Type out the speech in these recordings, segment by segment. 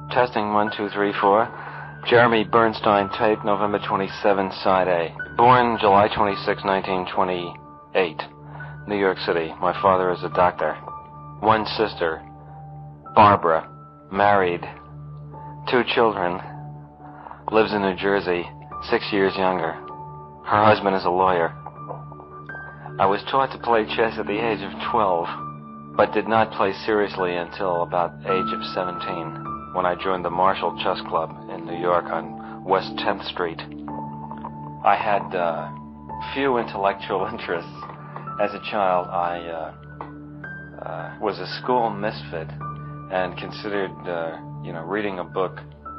Testing 1, 2, 3, 4. Jeremy Bernstein, tape, November 27, side A. Born July 26, 1928, New York City. My father is a doctor. One sister, Barbara, married, 2 children, lives in New Jersey, 6 years younger. Her husband is a lawyer. I was taught to play chess at the age of 12, but did not play seriously until about age of 17. When I joined the Marshall Chess Club in New York on West 10th Street. I had few intellectual interests. As a child, I was a school misfit and considered, reading a book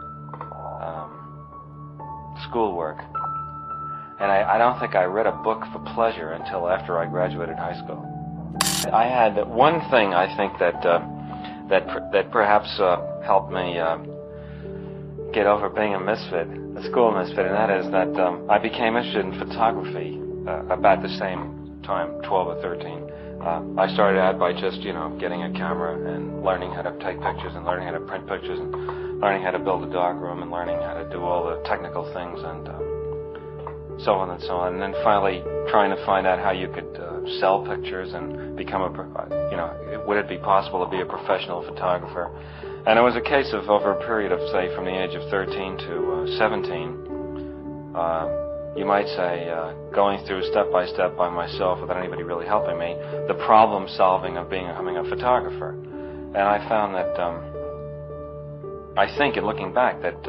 schoolwork. And I don't think I read a book for pleasure until after I graduated high school. I had one thing I think that perhaps helped me get over being a misfit, a school misfit, and that is that I became interested in photography about the same time, 12 or 13. I started out by just, getting a camera and learning how to take pictures and learning how to print pictures and learning how to build a darkroom and learning how to do all the technical things and so on and so on. And then finally trying to find out how you could sell pictures and become would it be possible to be a professional photographer? And it was a case of over a period of, say, from the age of 13 to 17, you might say, going through step by step by myself without anybody really helping me, the problem solving of becoming a photographer. And I found that, I think in looking back, that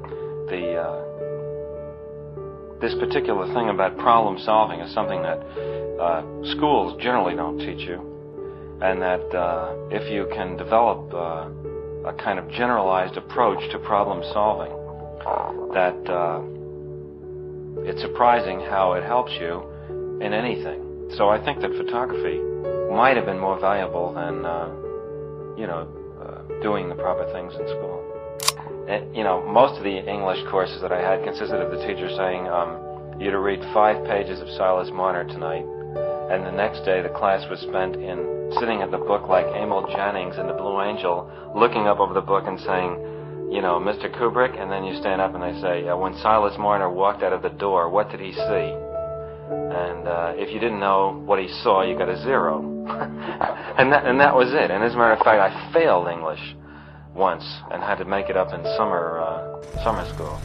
this particular thing about problem solving is something that schools generally don't teach you, and that if you can develop a kind of generalized approach to problem solving, that it's surprising how it helps you in anything. So I think that photography might have been more valuable than doing the proper things in school. And, most of the English courses that I had consisted of the teacher saying, you to read 5 pages of Silas Marner tonight, and the next day the class was spent in sitting at the book like Emil Jannings in The Blue Angel, looking up over the book and saying, Mr. Kubrick, and then you stand up and they say, when Silas Marner walked out of the door, what did he see? And if you didn't know what he saw, you got a 0. and that was it. And as a matter of fact, I failed English once and had to make it up in summer school.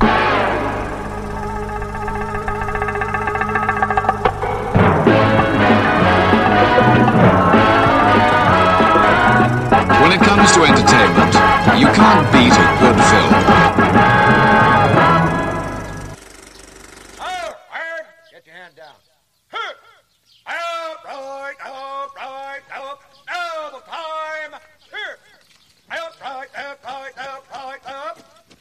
When it comes to entertainment, you can't beat a good film. Get your hand down. Upright, upright, up, double time. Upright, upright, upright, up.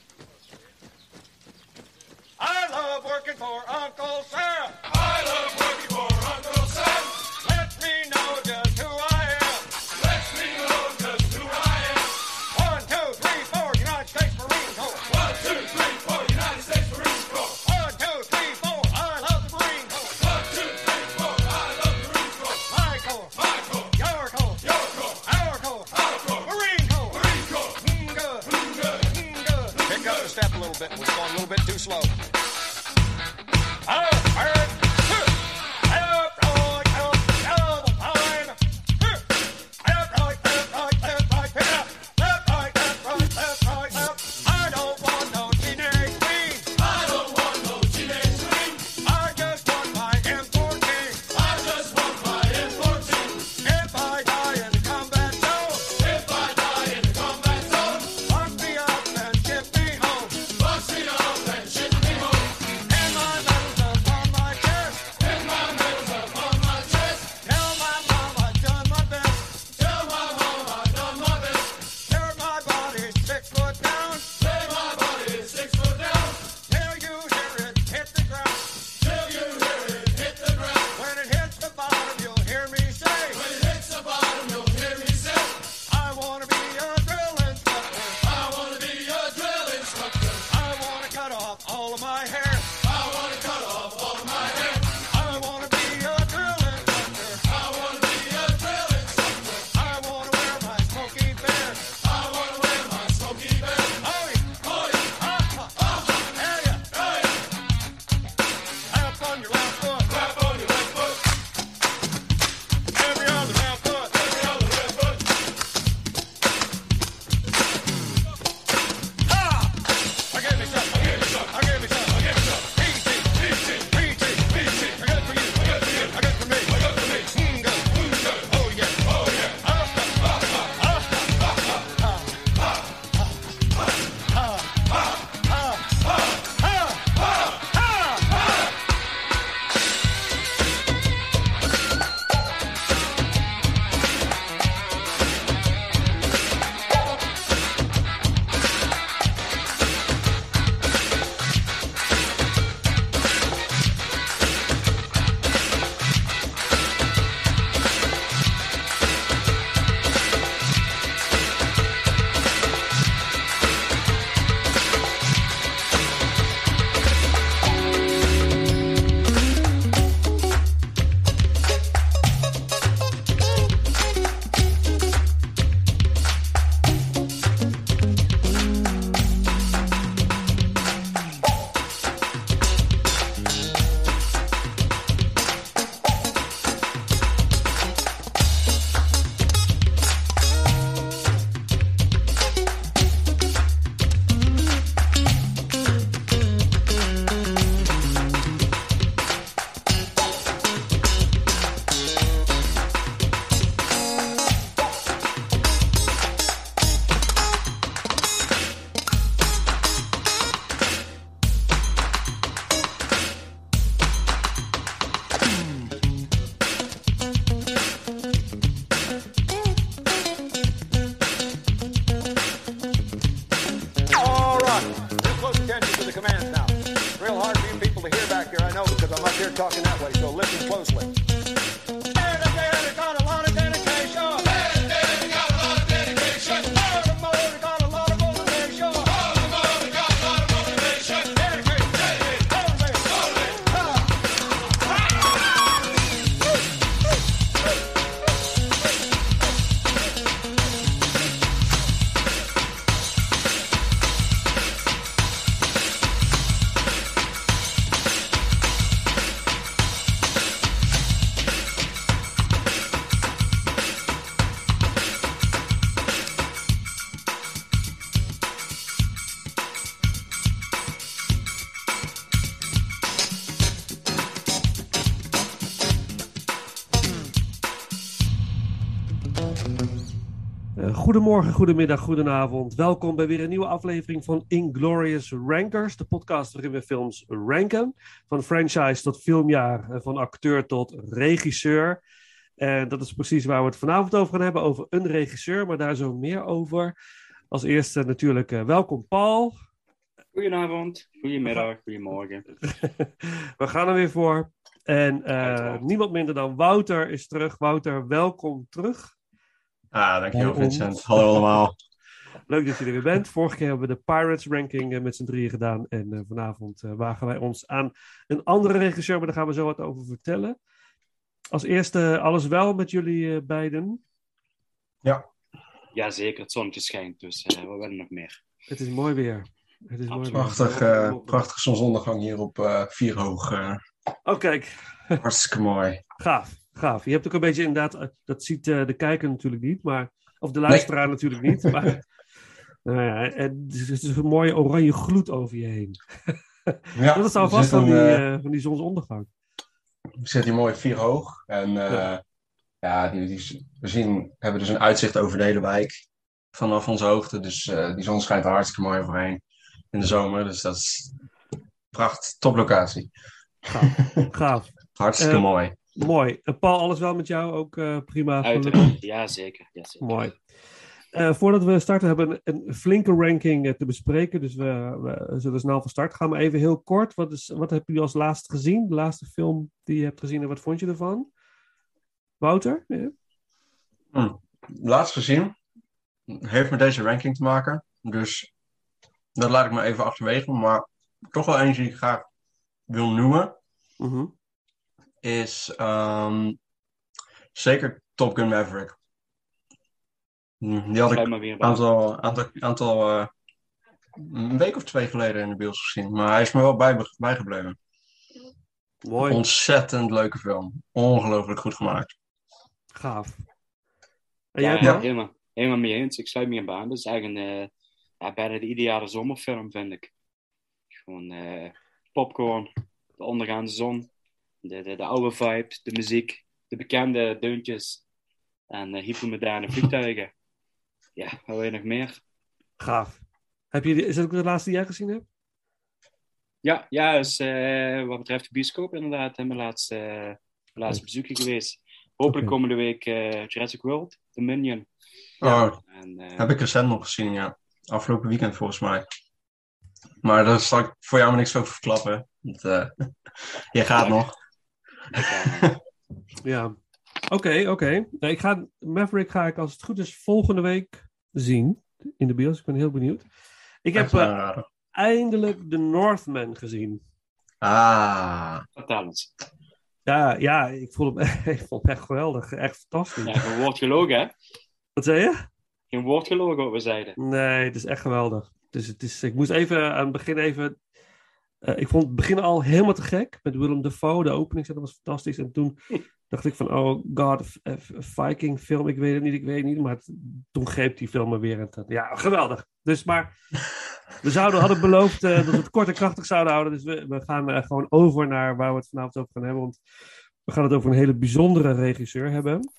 I love working for Uncle Sam. I love working for Uncle Sam. Let me know just who I am. Let me know just who I am. 1, 2, 3, 4, United States Marine Corps. 1, 2, 3, 4, United States Marine Corps. 1, 2, 3, 4, I love the Marine Corps. 1, 2, 3, 4, I love the Marine Corps. My Corps, my Corps, your Corps, your Corps, our Corps, our Corps, Marine Corps, Marine Corps. Good, good, good. Pick up the step a little bit. We're going a little bit too slow. Ship me home. talking that way, so listen closely. Daddy got a lot of dedication. Daddy got a lot of dedication. Mother got a lot of motivation. Mother got a lot of motivation. Dedicated, totally. Goedemorgen, goedemiddag, goedenavond. Welkom bij weer een nieuwe aflevering van Inglorious Rankers, de podcast waarin we films ranken. Van franchise tot filmjaar, van acteur tot regisseur. En dat is precies waar we het vanavond over gaan hebben, over een regisseur, maar daar zo meer over. Als eerste natuurlijk welkom Paul. Goedenavond, goedemiddag, goedemorgen. We gaan er weer voor. En niemand minder dan Wouter is terug. Wouter, welkom terug. Dankjewel Vincent. Hallo allemaal. Leuk dat je er weer bent. Vorige keer hebben we de Pirates ranking met z'n drieën gedaan. En vanavond wagen wij ons aan een andere regisseur. Maar daar gaan we zo wat over vertellen. Als eerste, alles wel met jullie beiden? Ja, zeker. Het zonnetje schijnt, dus we willen nog meer. Het is mooi weer. Prachtige zonsondergang hier op Vierhoog. Oh, kijk. Hartstikke mooi. Gaaf. Je hebt ook een beetje inderdaad, dat ziet de kijker natuurlijk niet, maar, of de luisteraar natuurlijk niet, maar het is een mooie oranje gloed over je heen. Ja, dat is alvast van die zonsondergang. We zitten hier mooi Vierhoog en we hebben dus een uitzicht over de hele wijk vanaf onze hoogte, dus die zon schijnt er hartstikke mooi overheen in de zomer, dus dat is toplocatie. Gaaf. Hartstikke mooi. Mooi. Paul, alles wel met jou? Ook prima? Uiteraard, ja zeker. Mooi. Voordat we starten hebben we een flinke ranking te bespreken. Dus we zullen snel van start gaan. Maar even heel kort. Wat heb je als laatste gezien? De laatste film die je hebt gezien en wat vond je ervan? Wouter? Ja. Laatst gezien. Heeft met deze ranking te maken. Dus dat laat ik me even achterwege. Maar toch wel eentje die ik graag wil noemen. Mm-hmm. Is zeker Top Gun Maverick. Die had ik een week of 2 geleden in de bios gezien. Maar hij is me wel bijgebleven. Mooi. Ontzettend leuke film. Ongelooflijk goed gemaakt. Gaaf. En jij helemaal mee eens. Ik sluit me in baan. Dat is eigenlijk bijna de ideale zomerfilm, vind ik. Gewoon popcorn, de ondergaande zon. De oude vibes, de muziek, de bekende deuntjes en hypermoderne vliegtuigen. Ja, wat wil je nog meer? Gaaf. Is dat ook de laatste die jij gezien hebt? Ja, is wat betreft de bioscoop inderdaad mijn laatste bezoekje geweest. Hopelijk komende week Jurassic World, Dominion. Heb ik recent nog gezien, ja. Afgelopen weekend volgens mij. Maar daar zal ik voor jou maar niks over verklappen. Want, je gaat nog. Ja, oké. Maverick ga ik als het goed is volgende week zien in de bios. Ik ben heel benieuwd. Ik heb eindelijk The Northman gezien. Vertel eens. Ja, ik vond hem echt geweldig. Echt fantastisch. Ja, geen woord gelogen, hè? Wat zei je? Geen woord gelogen wat we zeiden. Nee, het is echt geweldig. Dus ik moest even aan het begin ik vond het begin al helemaal te gek. Met Willem Dafoe, de opening, dat was fantastisch. En toen dacht ik van, oh god, Viking film, ik weet het niet. Maar toen greep die film me weer. Ja, geweldig. Dus maar, we hadden beloofd dat we het kort en krachtig zouden houden. Dus we gaan gewoon over naar waar we het vanavond over gaan hebben. Want we gaan het over een hele bijzondere regisseur hebben.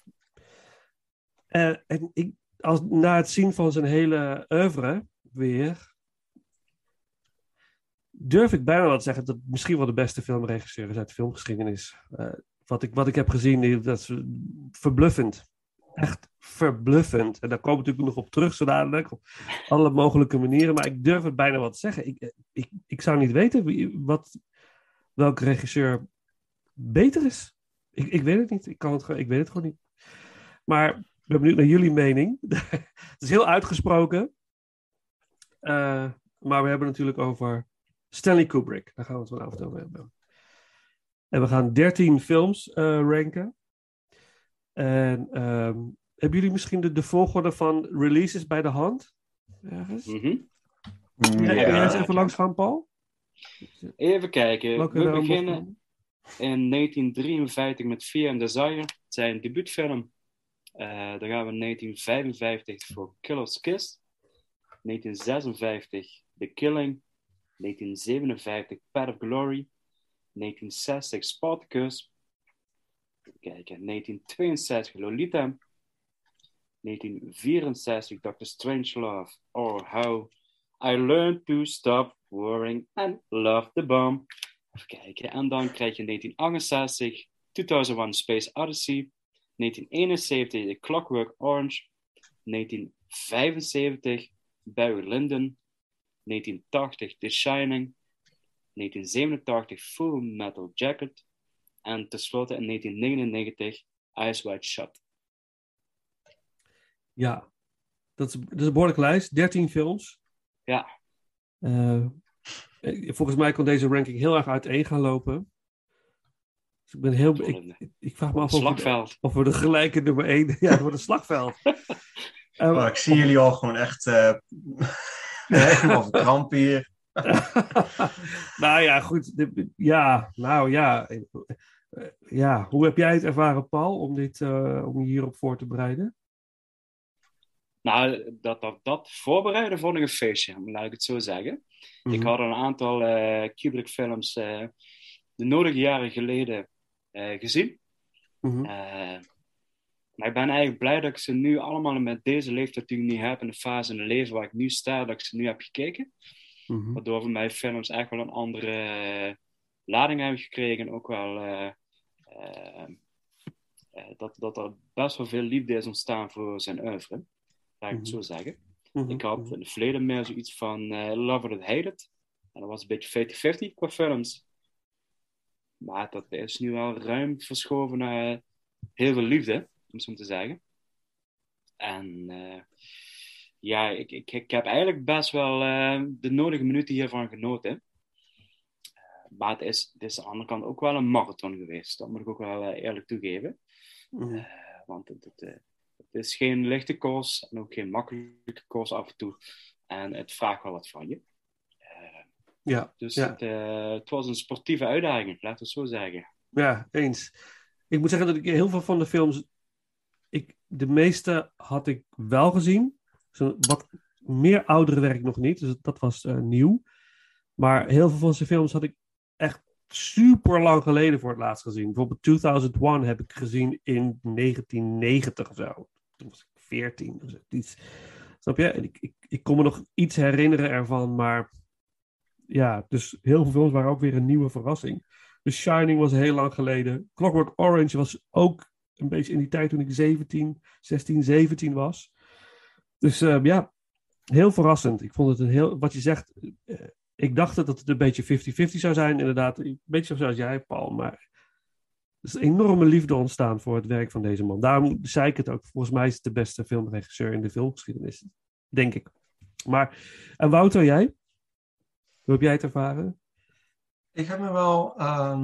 Na het zien van zijn hele oeuvre weer, durf ik bijna wel te zeggen dat het misschien wel de beste filmregisseur is uit de filmgeschiedenis. Wat ik heb gezien, dat is verbluffend. Echt verbluffend. En daar komen we natuurlijk nog op terug zo dadelijk. Op alle mogelijke manieren. Maar ik durf het bijna wel te zeggen. Ik zou niet weten welke regisseur beter is. Ik weet het niet. Ik weet het gewoon niet. Maar ik ben benieuwd naar jullie mening. Het is heel uitgesproken. Maar we hebben natuurlijk over Stanley Kubrick. Daar gaan we het vanavond over hebben. En we gaan 13 films ranken. En hebben jullie misschien de volgorde van releases bij de hand? Ergens? Mm-hmm. Ja, jij eens even langs gaan, Paul? Even kijken. Welke We beginnen in 1953 met Fear and Desire, zijn debuutfilm. Dan gaan we in 1955 voor Killer's Kiss. 1956 The Killing. 1957 Path of Glory. 1960 Spartacus. Even kijken. 1962 Lolita. 1964 Dr. Strangelove. Or How I Learned to Stop Worrying and Love the Bomb. Even kijken. En dan krijg je 1968 2001 Space Odyssey. 1971 The Clockwork Orange. 1975 Barry Lyndon. 1980 The Shining. 1987 Full Metal Jacket. En tenslotte in 1999 Eyes Wide Shut. Ja, dat is een behoorlijke lijst. 13 films. Ja. Volgens mij kon deze ranking heel erg uiteen gaan lopen. Dus ik ben heel... Ik vraag me af of we de gelijke nummer 1... Ja, het wordt een slagveld. Ik zie jullie al gewoon echt... helemaal verkrampen hier. Nou ja, goed. Hoe heb jij het ervaren, Paul, om je hierop voor te bereiden? Nou, dat voorbereiden vond ik een feestje, laat ik het zo zeggen. Mm-hmm. Ik had een aantal Kubrick-films de nodige jaren geleden gezien. Mm-hmm. Maar ik ben eigenlijk blij dat ik ze nu allemaal met deze leeftijd die ik nu heb, in de fase in het leven waar ik nu sta, dat ik ze nu heb gekeken. Mm-hmm. Waardoor voor mij films echt wel een andere lading hebben gekregen. En ook wel dat er best wel veel liefde is ontstaan voor zijn oeuvre. Laat ik het zo zeggen. Mm-hmm. Ik had in het verleden meer zoiets van Love It or Hate It. En dat was een beetje 50-50 qua films. Maar dat is nu wel ruim verschoven naar heel veel liefde, om het zo te zeggen. En ik heb eigenlijk best wel de nodige minuten hiervan genoten. Maar het is aan de andere kant ook wel een marathon geweest. Dat moet ik ook wel eerlijk toegeven. Mm-hmm. Want het is geen lichte koers en ook geen makkelijke koers af en toe. En het vraagt wel wat van je. Het was een sportieve uitdaging, laten we het zo zeggen. Ja, eens. Ik moet zeggen dat ik heel veel van de films... De meeste had ik wel gezien. Wat meer oudere werk nog niet. Dus dat was nieuw. Maar heel veel van zijn films had ik echt super lang geleden voor het laatst gezien. Bijvoorbeeld 2001 heb ik gezien in 1990 of zo. Toen was ik 14 of zo. Iets. Snap je? Ik kon me nog iets herinneren ervan, maar ja, dus heel veel films waren ook weer een nieuwe verrassing. The Shining was heel lang geleden. Clockwork Orange was ook een beetje in die tijd toen ik 16, 17 was. Dus heel verrassend. Ik vond het wat je zegt, ik dacht dat het een beetje 50-50 zou zijn. Inderdaad, een beetje zoals jij, Paul. Maar er is een enorme liefde ontstaan voor het werk van deze man. Daarom zei ik het ook. Volgens mij is het de beste filmregisseur in de filmgeschiedenis. Denk ik. Maar, en Wouter, jij? Hoe heb jij het ervaren? Ik heb me wel...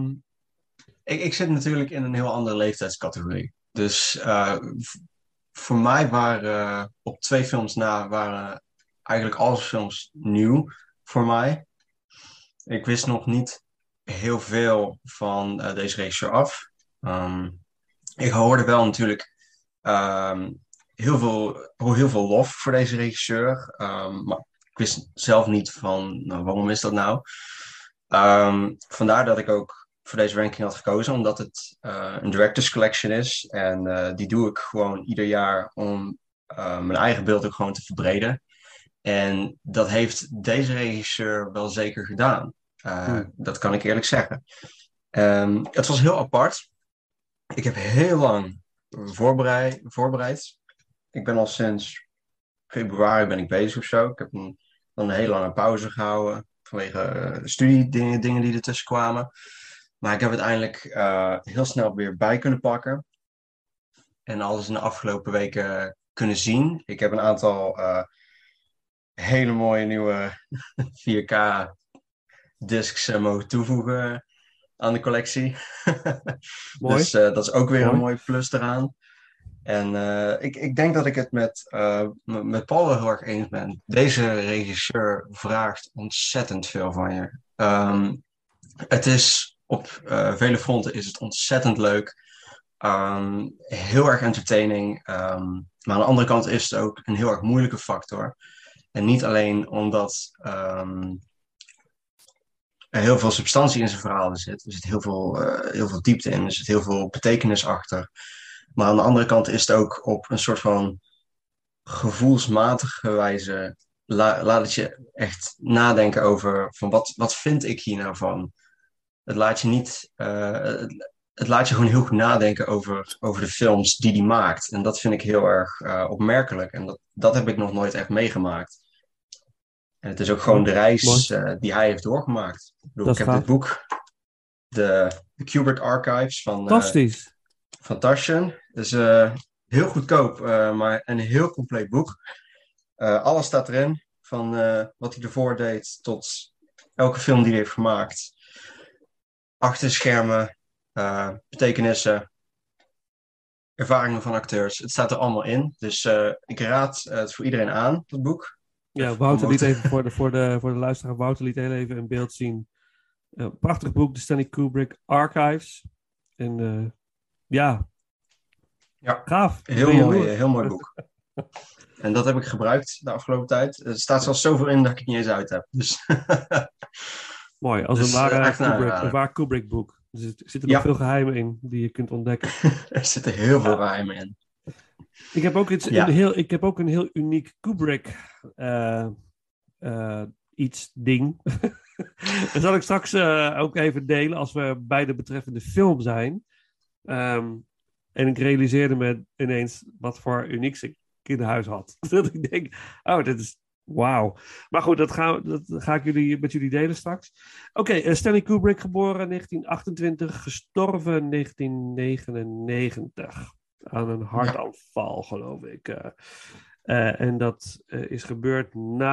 Ik zit natuurlijk in een heel andere leeftijdscategorie. Dus voor mij waren op 2 films na... waren eigenlijk alle films nieuw voor mij. Ik wist nog niet heel veel van deze regisseur af. Ik hoorde wel natuurlijk heel veel lof voor deze regisseur. Maar ik wist zelf niet van waarom is dat nou. Vandaar dat ik ook voor deze ranking had gekozen. Omdat het een director's collection is. En die doe ik gewoon ieder jaar om mijn eigen beeld ook gewoon te verbreden. En dat heeft deze regisseur wel zeker gedaan. Dat kan ik eerlijk zeggen. Het was heel apart. Ik heb heel lang voorbereid. Ik ben al sinds februari ben ik bezig of zo. Ik heb dan een hele lange pauze gehouden. Vanwege studiedingen die ertussen kwamen. Maar ik heb het eindelijk heel snel weer bij kunnen pakken. En alles in de afgelopen weken kunnen zien. Ik heb een aantal hele mooie nieuwe 4K discs mogen toevoegen aan de collectie. Mooi. Dus dat is ook weer Mooi. een mooi plus eraan. En ik denk dat ik het met Paul heel erg eens ben. Deze regisseur vraagt ontzettend veel van je. Het is op vele fronten is het ontzettend leuk. Heel erg entertaining. Maar aan de andere kant is het ook een heel erg moeilijke factor. En niet alleen omdat er heel veel substantie in zijn verhalen zit. Er zit heel veel diepte in. Er zit heel veel betekenis achter. Maar aan de andere kant is het ook op een soort van gevoelsmatige wijze. Laat het je echt nadenken over van wat vind ik hier nou van? Het laat je niet. Het laat je gewoon heel goed nadenken over de films die hij maakt. En dat vind ik heel erg opmerkelijk. En dat heb ik nog nooit echt meegemaakt. En het is ook gewoon de reis die hij heeft doorgemaakt. Ik bedoel, ik heb dit boek, de Kubrick Archives Fantastisch. van Taschen. Dus heel goedkoop, maar een heel compleet boek. Alles staat erin, van wat hij ervoor deed tot elke film die hij heeft gemaakt. Achterschermen, betekenissen, ervaringen van acteurs. Het staat er allemaal in. Dus ik raad het voor iedereen aan, dat boek. Ja, Wouter liet even voor de luisteraar. Wouter liet heel even in beeld zien. Prachtig boek, de Stanley Kubrick Archives. En ja, gaaf. Heel mooi boek. En dat heb ik gebruikt de afgelopen tijd. Er staat zelfs zoveel in dat ik het niet eens uit heb. Dus mooi, als dus, een waar Kubrick boek. Dus er zitten nog veel geheimen in die je kunt ontdekken. Er zitten heel veel geheimen in. Ik heb ook een heel uniek Kubrick ding. Dat zal ik straks ook even delen als we bij de betreffende film zijn. En ik realiseerde me ineens wat voor unieks ik in huis had. Dat ik denk, dit is wauw. Maar goed, dat ga ik met jullie delen straks. Oké, Stanley Kubrick, geboren 1928, gestorven 1999. Aan een hartaanval, geloof ik. En dat is gebeurd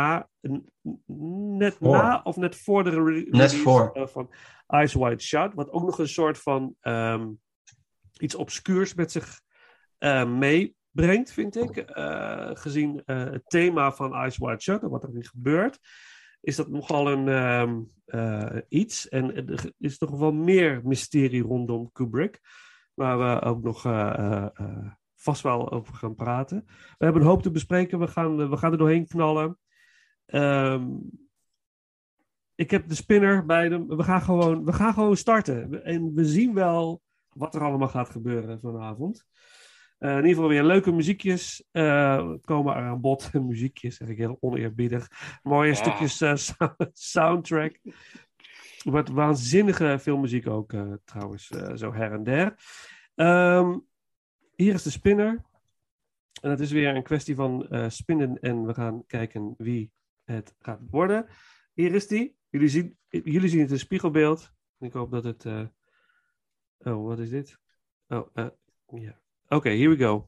net voor de release van Eyes Wide Shut. Wat ook nog een soort van iets obscuurs met zich meebrengt, vind ik. Gezien het thema van Eyes Wide Shut en wat er nu gebeurt, is dat nogal een iets. En er is toch wel meer mysterie rondom Kubrick. Waar we ook nog vast wel over gaan praten. We hebben een hoop te bespreken. We gaan er doorheen knallen. Ik heb de spinner bij hem. We gaan gewoon starten. En we zien wel wat er allemaal gaat gebeuren vanavond. In ieder geval weer leuke muziekjes komen er aan bod. Muziekjes, zeg ik heel oneerbiedig. Mooie stukjes soundtrack. Wat waanzinnige filmmuziek ook trouwens, zo her en der. Hier is de spinner. En het is weer een kwestie van spinnen en we gaan kijken wie het gaat worden. Hier is die. Jullie zien het in spiegelbeeld. Ik hoop dat het... wat is dit? Ja. Oké, here we go.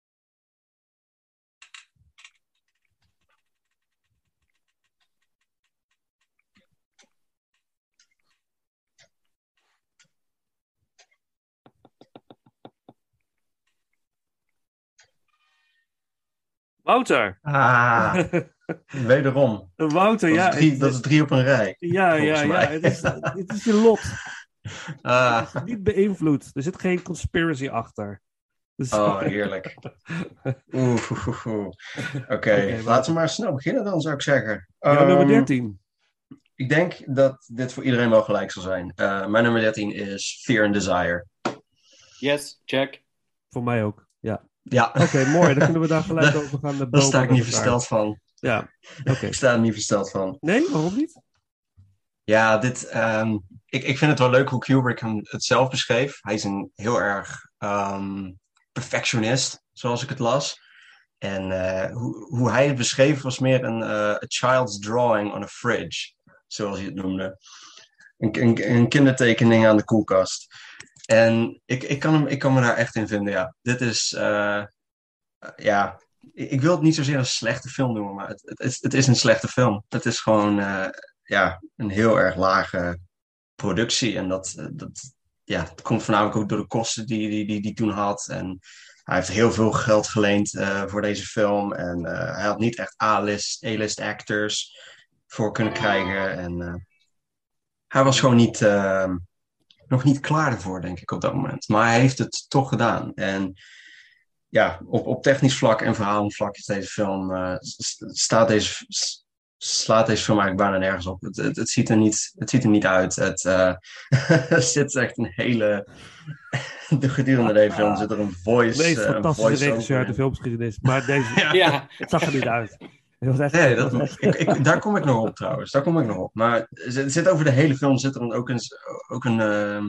Wouter. Wederom. Wouter, dat is 3 op een rij. Ja. Het is je lot. Het is niet beïnvloed. Er zit geen conspiracy achter. Dus... heerlijk. Oké, laten we maar snel beginnen dan, zou ik zeggen. Nummer 13. Ik denk dat dit voor iedereen wel gelijk zal zijn. Mijn nummer 13 is Fear and Desire. Yes, check. Voor mij ook, ja. Oké, mooi. Dan kunnen we daar gelijk over gaan. Daar sta ik niet versteld van. Ja, oké. Ik sta er niet versteld van. Nee, waarom niet? Ja, ik vind het wel leuk hoe Kubrick het zelf beschreef. Hij is een heel erg perfectionist, zoals ik het las. En hoe hij het beschreef was meer een a child's drawing on a fridge, zoals hij het noemde. een kindertekening aan de koelkast. En ik kan me daar echt in vinden, ja. Dit is, ja, ik wil het niet zozeer een slechte film noemen, maar het is een slechte film. Het is gewoon, ja, een heel erg lage productie. En ja, het komt voornamelijk ook door de kosten die toen had. En hij heeft heel veel geld geleend voor deze film. En hij had niet echt A-list actors voor kunnen krijgen. En hij was gewoon nog niet klaar ervoor, denk ik, op dat moment. Maar hij heeft het toch gedaan. En ja, op technisch vlak en verhaalvlak is deze film, slaat deze film eigenlijk bijna nergens op. Het ziet er niet uit. Er zit echt een hele... Gedurende deze film zit er een voice... De meest fantastische regisseur uit de over filmgeschiedenis. Maar deze, Ja. het zag er niet uit. Het was echt, Nee, het was echt- daar kom ik nog op trouwens. Daar kom ik nog op. Maar er zit over de hele film zit er dan ook een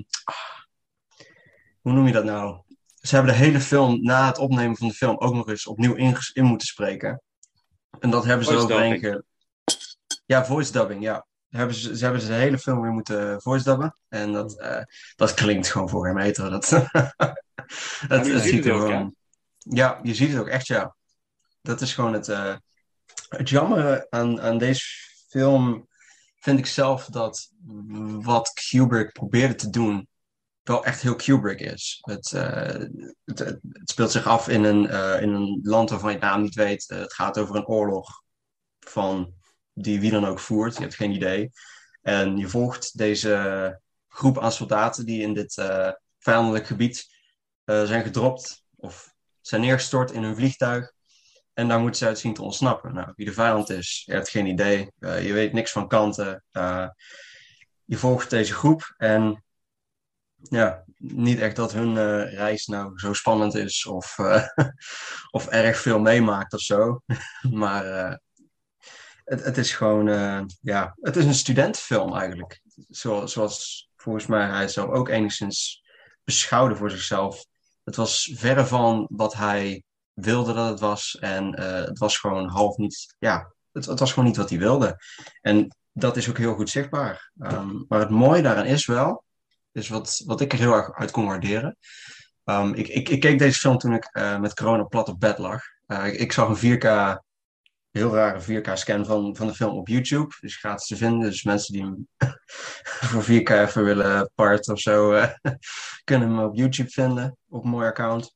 hoe noem je dat nou? Ze hebben de hele film na het opnemen van de film ook nog eens opnieuw in moeten spreken. En dat hebben ze Voice eroverheen dubbing. Ja, voice dubbing, ja. Ze hebben de hele film weer moeten voice dubben. En dat klinkt gewoon voor geen meter. Maar je ziet het ook, hè? gewoon... Ja, je ziet het ook echt, ja. Dat is gewoon het jammer aan deze film vind ik zelf dat wat Kubrick probeerde te doen wel echt heel Kubrick is. Het speelt zich af in een land waarvan je het naam niet weet. Het gaat over een oorlog die wie dan ook voert. Je hebt geen idee. En je volgt deze groep aan soldaten die in dit vijandelijk gebied zijn gedropt of zijn neergestort in hun vliegtuig. En daar moeten ze uit zien te ontsnappen. Nou, wie de vijand is, je hebt geen idee. Je weet niks van kanten. Je volgt deze groep en ja, niet echt dat hun reis nou zo spannend is of erg veel meemaakt of zo. Maar het is gewoon, ja, het is een studentenfilm eigenlijk. Zoals volgens mij hij zelf ook enigszins beschouwde voor zichzelf. Het was verre van wat hij wilde dat het was. En het was gewoon half niet, ja, het was gewoon niet wat hij wilde. En dat is ook heel goed zichtbaar. Maar het mooie daaraan is wel, is wat ik er heel erg uit kon waarderen. Ik keek deze film toen ik met corona plat op bed lag. Ik zag een 4K, heel rare 4K-scan van de film op YouTube. Dus gratis te vinden. Dus mensen die hem voor 4K even willen parten of zo, kunnen hem op YouTube vinden. Op een mooi account.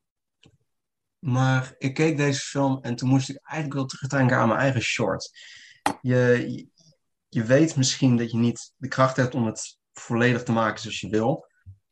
Maar ik keek deze film en toen moest ik eigenlijk wel terugdenken aan mijn eigen short. Je weet misschien dat je niet de kracht hebt om het volledig te maken zoals je wil.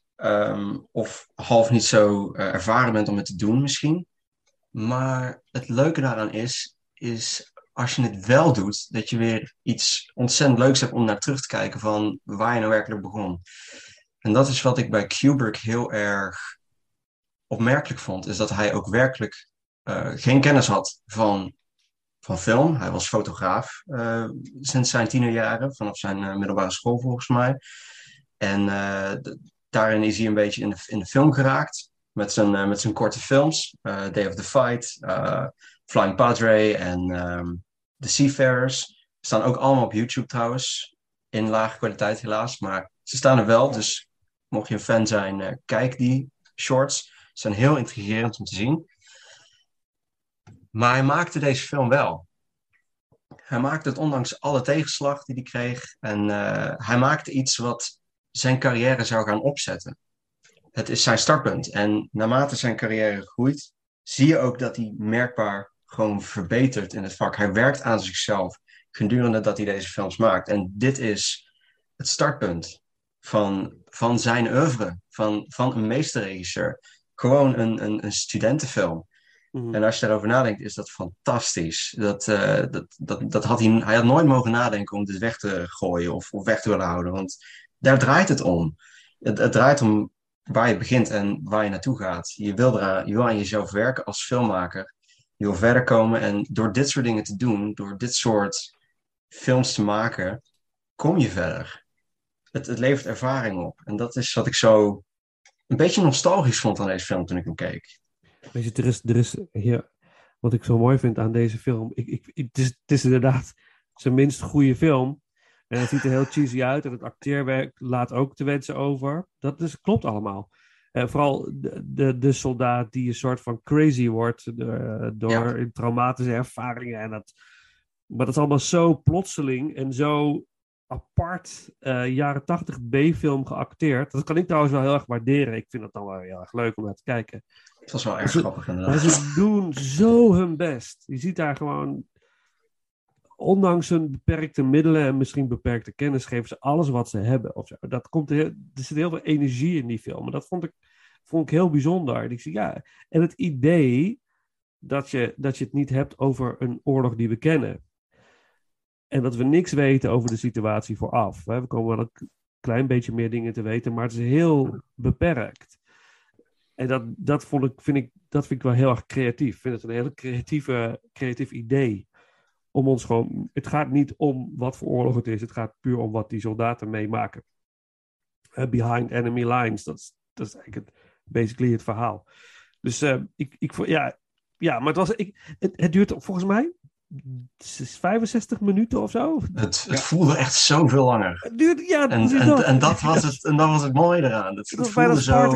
Of half niet zo ervaren bent om het te doen misschien. Maar het leuke daaraan is als je het wel doet, dat je weer iets ontzettend leuks hebt om naar terug te kijken van waar je nou werkelijk begon. En dat is wat ik bij Kubrick heel erg opmerkelijk vond, is dat hij ook werkelijk geen kennis had van film. Hij was fotograaf sinds zijn tienerjaren, vanaf zijn middelbare school volgens mij. En daarin is hij een beetje in de film geraakt. Met zijn korte films. Day of the Fight, Flying Padre en The Seafarers. Staan ook allemaal op YouTube trouwens. In lage kwaliteit helaas. Maar ze staan er wel. Dus mocht je een fan zijn, kijk die shorts. Ze zijn heel intrigerend om te zien. Maar hij maakte deze film wel. Hij maakte het ondanks alle tegenslag die hij kreeg. En hij maakte iets wat zijn carrière zou gaan opzetten. Het is zijn startpunt. En naarmate zijn carrière groeit, zie je ook dat hij merkbaar gewoon verbetert in het vak. Hij werkt aan zichzelf gedurende dat hij deze films maakt. En dit is het startpunt van zijn oeuvre, van een meesterregisseur. Gewoon een studentenfilm. Mhm. En als je daarover nadenkt, is dat fantastisch. Dat hij had nooit mogen nadenken om dit weg te gooien of weg te willen houden. Want daar draait het om. Het draait om waar je begint en waar je naartoe gaat. Je wil aan jezelf werken als filmmaker. Je wil verder komen en door dit soort dingen te doen, door dit soort films te maken, kom je verder. Het levert ervaring op. En dat is wat ik zo een beetje nostalgisch vond aan deze film toen ik hem keek. Weet je, er is hier, wat ik zo mooi vind aan deze film. Het is inderdaad zijn minst goede film. En het ziet er heel cheesy uit en het acteerwerk laat ook te wensen over. Dat klopt allemaal. Vooral de soldaat die een soort van crazy wordt door traumatische ervaringen. Maar dat is allemaal zo plotseling en zo apart jaren 80 B-film geacteerd. Dat kan ik trouwens wel heel erg waarderen. Ik vind het dan wel heel erg leuk om naar te kijken. Het was wel erg grappig inderdaad. Maar ze doen zo hun best. Je ziet daar gewoon, ondanks hun beperkte middelen en misschien beperkte kennis, geven ze alles wat ze hebben. Of zo. Er zit heel veel energie in die film. En dat vond ik heel bijzonder. Ik zie, ja. En het idee dat je het niet hebt over een oorlog die we kennen. En dat we niks weten over de situatie vooraf. We komen wel een klein beetje meer dingen te weten, maar het is heel beperkt. En dat vind ik wel heel erg creatief. Ik vind het een heel creatief idee. Om ons gewoon, het gaat niet om wat voor oorlog het is. Het gaat puur om wat die soldaten meemaken. Behind enemy lines. Dat is eigenlijk basically het verhaal. Dus maar het duurt volgens mij 65 minuten of zo. Het voelde echt zoveel langer. Het duurt, ja, en dat was het mooie eraan. Het voelde zo.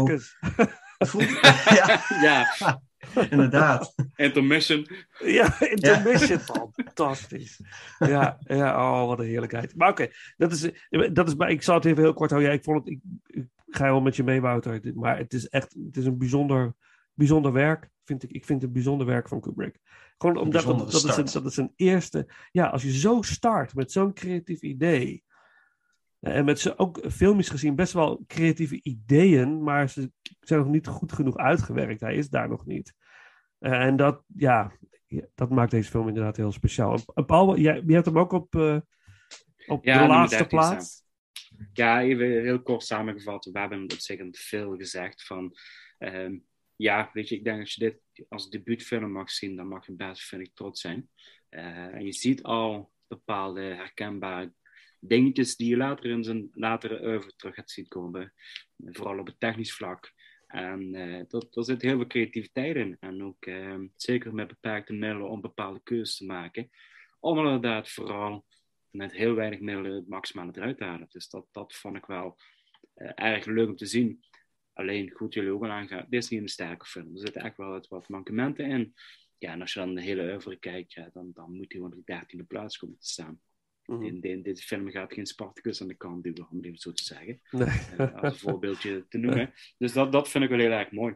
Ja. Inderdaad. Intermission. Ja, intermission. Fantastisch. Ja, wat een heerlijkheid. Maar oké, dat is, ik zal het even heel kort houden. Ja, ik ga wel met je mee, Wouter. Maar het is een bijzonder werk, vind ik. Ik vind het een bijzonder werk van Kubrick. Gewoon omdat dat is een eerste. Ja, als je zo start met zo'n creatief idee. En met ze ook filmisch gezien best wel creatieve ideeën, maar ze zijn nog niet goed genoeg uitgewerkt. Hij is daar nog niet. En dat maakt deze film inderdaad heel speciaal. En Paul, je hebt hem ook op de laatste plaats. Ja, even heel kort samengevat. We hebben op zich veel gezegd van. Weet je, ik denk als je dit als debuutfilm mag zien, dan mag je best, vind ik, trots zijn. En je ziet al bepaalde herkenbare dingetjes die je later in zijn latere oeuvre terug gaat zien komen. Vooral op het technisch vlak. En er zit heel veel creativiteit in. En ook zeker met beperkte middelen om bepaalde keuzes te maken. Om inderdaad vooral met heel weinig middelen het maximale eruit te halen. Dus dat vond ik wel erg leuk om te zien. Alleen, goed, jullie ook al aangaan, dit is niet een sterke film. Er zitten echt wel wat mankementen in. Ja, en als je dan de hele oeuvre kijkt, dan moet hij op de 13e plaats komen te staan. Mm-hmm. Deze film gaat geen Spartacus aan de kant duwen, om het even zo te zeggen. Nee. Als een voorbeeldje te noemen. Dus dat vind ik wel heel erg mooi.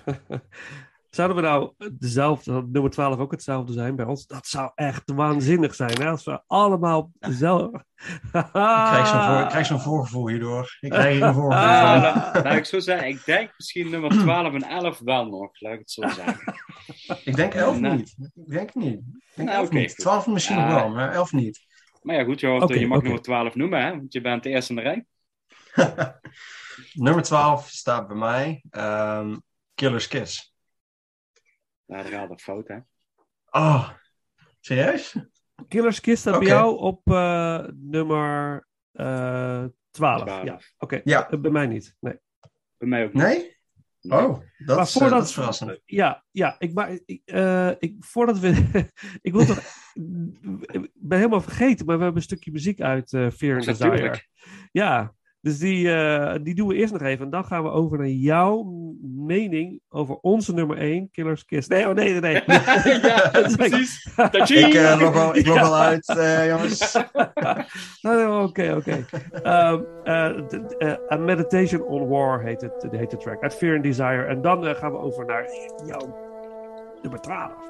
Zouden we nou nummer 12 ook hetzelfde zijn bij ons? Dat zou echt waanzinnig zijn, hè? Als we allemaal dezelfde... Ik krijg zo'n voorgevoel hierdoor. Ik krijg hier een voorgevoel van. Ik zo zeggen, ik denk misschien nummer 12 en 11 wel nog, laat ik het zo zeggen. Ik denk 11 niet. Ik denk niet. Ik denk 11 niet. 12 misschien nog wel, maar 11 niet. Maar ja, goed, je mag nummer 12 noemen, hè? Want je bent de eerste in de rij. Nummer 12 staat bij mij Killer's Kiss. Nou, dat gaat toch fout, hè? Oh, serieus? Killer's Kiss staat bij jou op nummer 12. Ja, oké. Ja. Bij mij niet. Nee. Bij mij ook niet. Nee? Oh, dat is verrassend. Voordat we... ik wil toch... Ik ben helemaal vergeten, maar we hebben een stukje muziek uit Fear and Desire. Ja, dus die doen we eerst nog even. En dan gaan we over naar jouw mening over onze nummer 1, Killer's Kiss. Nee. Ja, precies. Ik log al uit, jongens. Oké. A Meditation on War heet de track. Uit Fear and Desire. En dan gaan we over naar jouw nummer 12.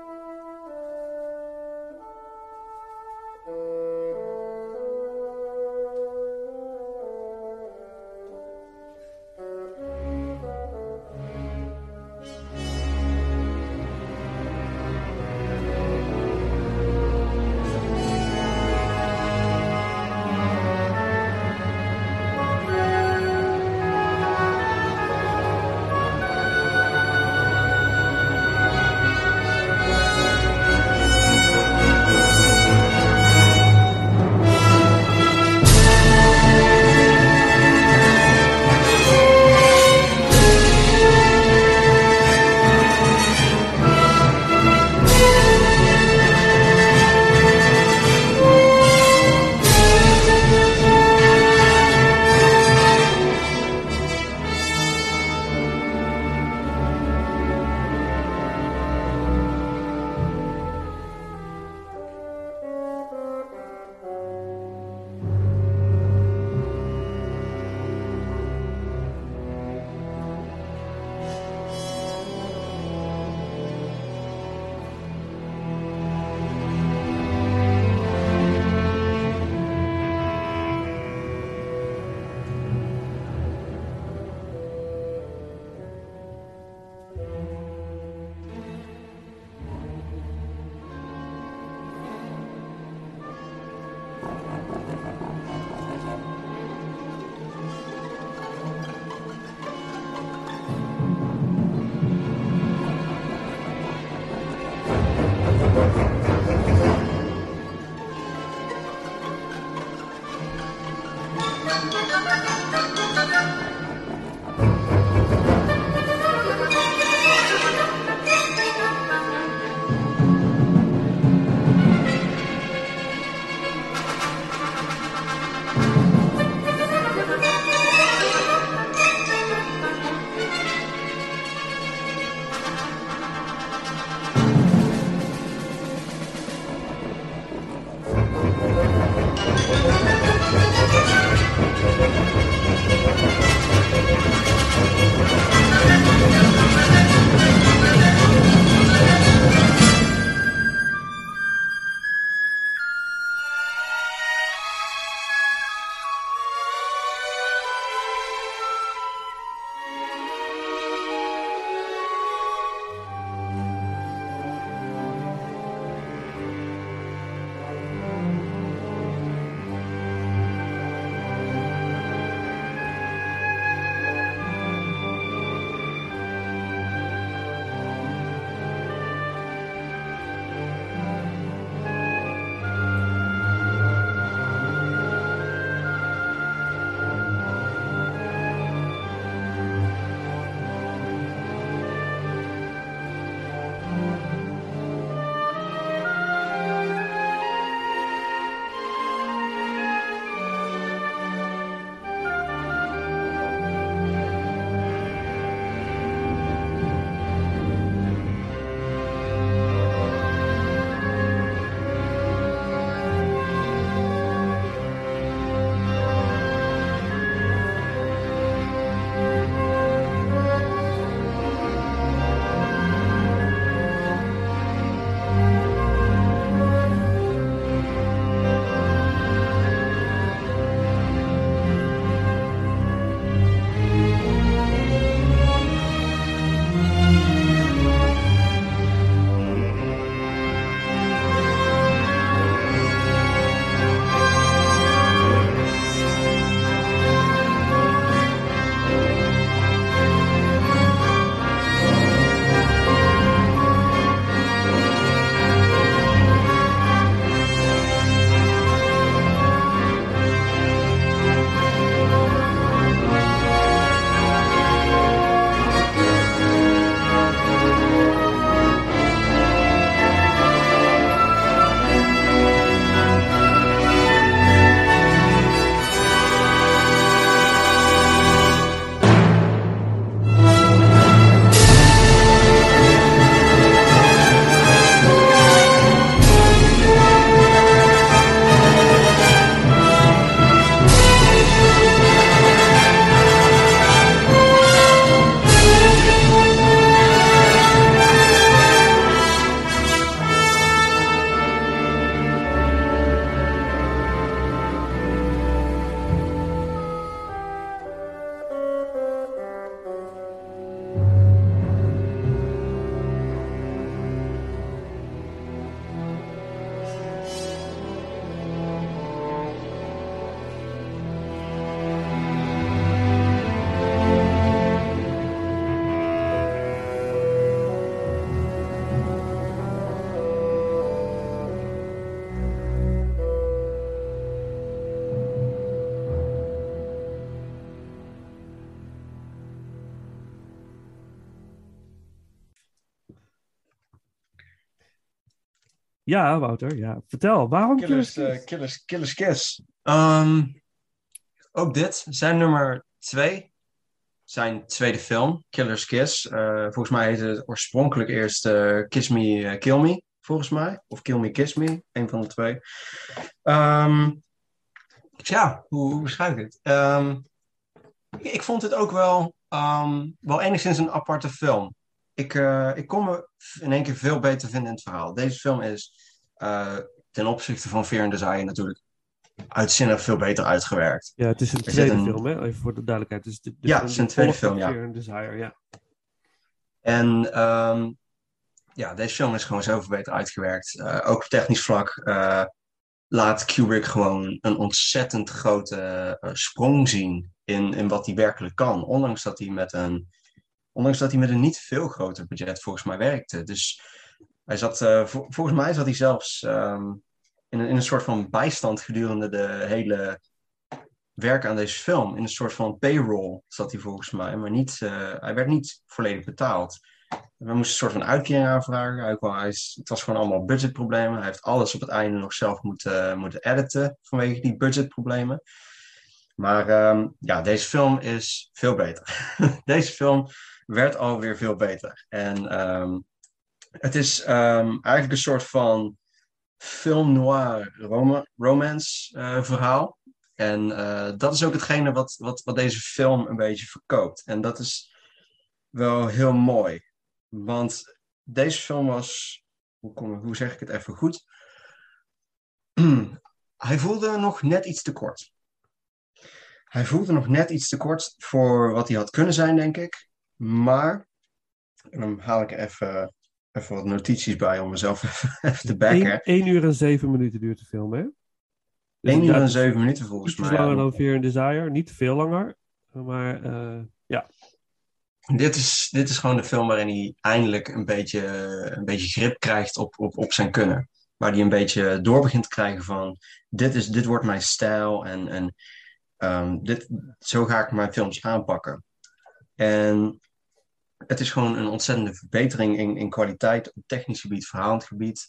Ja, Wouter, ja. Vertel, waarom Killer's Kiss. Ook dit, zijn nummer 2. Zijn tweede film, Killer's Kiss. Volgens mij heette het oorspronkelijk eerst Kiss Me, Kill Me, volgens mij. Of Kill Me, Kiss Me, een van de twee. Hoe beschrijf ik het? Ik vond het ook wel enigszins een aparte film. Ik kon me in één keer veel beter vinden in het verhaal. Deze film is ten opzichte van Fear and Desire natuurlijk uitzinnig veel beter uitgewerkt. Ja, het is een tweede film, hè? Even voor de duidelijkheid. Het is het is een tweede film, ja. Fear and Desire, ja. En deze film is gewoon zoveel beter uitgewerkt. Ook op technisch vlak laat Kubrick gewoon een ontzettend grote sprong zien in wat hij werkelijk kan. Ondanks dat hij met een niet veel groter budget volgens mij werkte. Dus hij zat, volgens mij zat hij zelfs in een soort van bijstand gedurende de hele werk aan deze film. In een soort van payroll zat hij volgens mij, maar hij werd niet volledig betaald. We moesten een soort van uitkering aanvragen. Het was gewoon allemaal budgetproblemen. Hij heeft alles op het einde nog zelf moeten editen vanwege die budgetproblemen. Maar deze film is veel beter. Deze film werd alweer veel beter. En het is eigenlijk een soort van film noir romance verhaal. En dat is ook hetgene wat deze film een beetje verkoopt. En dat is wel heel mooi. Want deze film was... Hoe zeg ik het even goed? Hij voelde nog net iets te kort. Hij voelde nog net iets te kort voor wat hij had kunnen zijn, denk ik. Maar... En dan haal ik er even wat notities bij om mezelf even te backen. 1 uur en 7 minuten duurt de film, hè? Dus 1 uur en 7 minuten volgens mij. Iets langer dan Fear and Desire. Niet veel langer. Maar ja. Dit is gewoon de film waarin hij eindelijk een beetje grip krijgt op zijn kunnen. Waar hij een beetje door begint te krijgen van... Dit wordt mijn stijl en zo ga ik mijn films aanpakken. En het is gewoon een ontzettende verbetering in kwaliteit, op technisch gebied, verhalend gebied.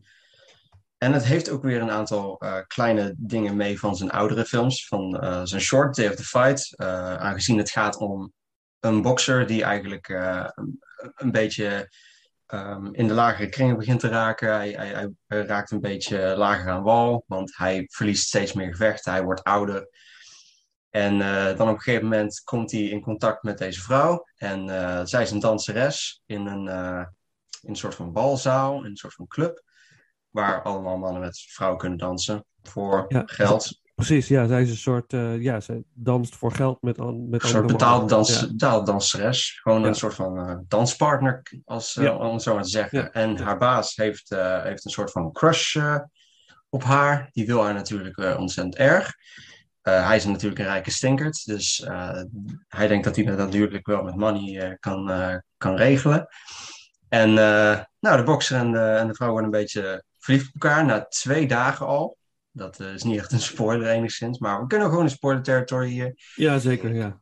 En het heeft ook weer een aantal kleine dingen mee van zijn oudere films. Van zijn short, Day of the Fight. Aangezien het gaat om een bokser die eigenlijk een beetje in de lagere kringen begint te raken. Hij raakt een beetje lager aan wal, want hij verliest steeds meer gevechten. Hij wordt ouder. En dan op een gegeven moment komt hij in contact met deze vrouw. En zij is een danseres in een soort van balzaal, in een soort van club. Waar allemaal mannen met vrouwen kunnen dansen voor geld. Precies, ja. Zij is een soort... zij danst voor geld met een soort betaalde danseres. Gewoon een soort van danspartner, om het zo maar te zeggen. Ja. En haar baas heeft een soort van crush op haar. Die wil haar natuurlijk ontzettend erg. Hij is natuurlijk een rijke stinkert. Dus hij denkt dat hij dat natuurlijk wel met money kan regelen. En de bokser en de vrouw worden een beetje verliefd op elkaar. Na 2 dagen al. Dat is niet echt een spoiler enigszins. Maar we kunnen gewoon een spoiler territory hier. Ja, zeker. Ja.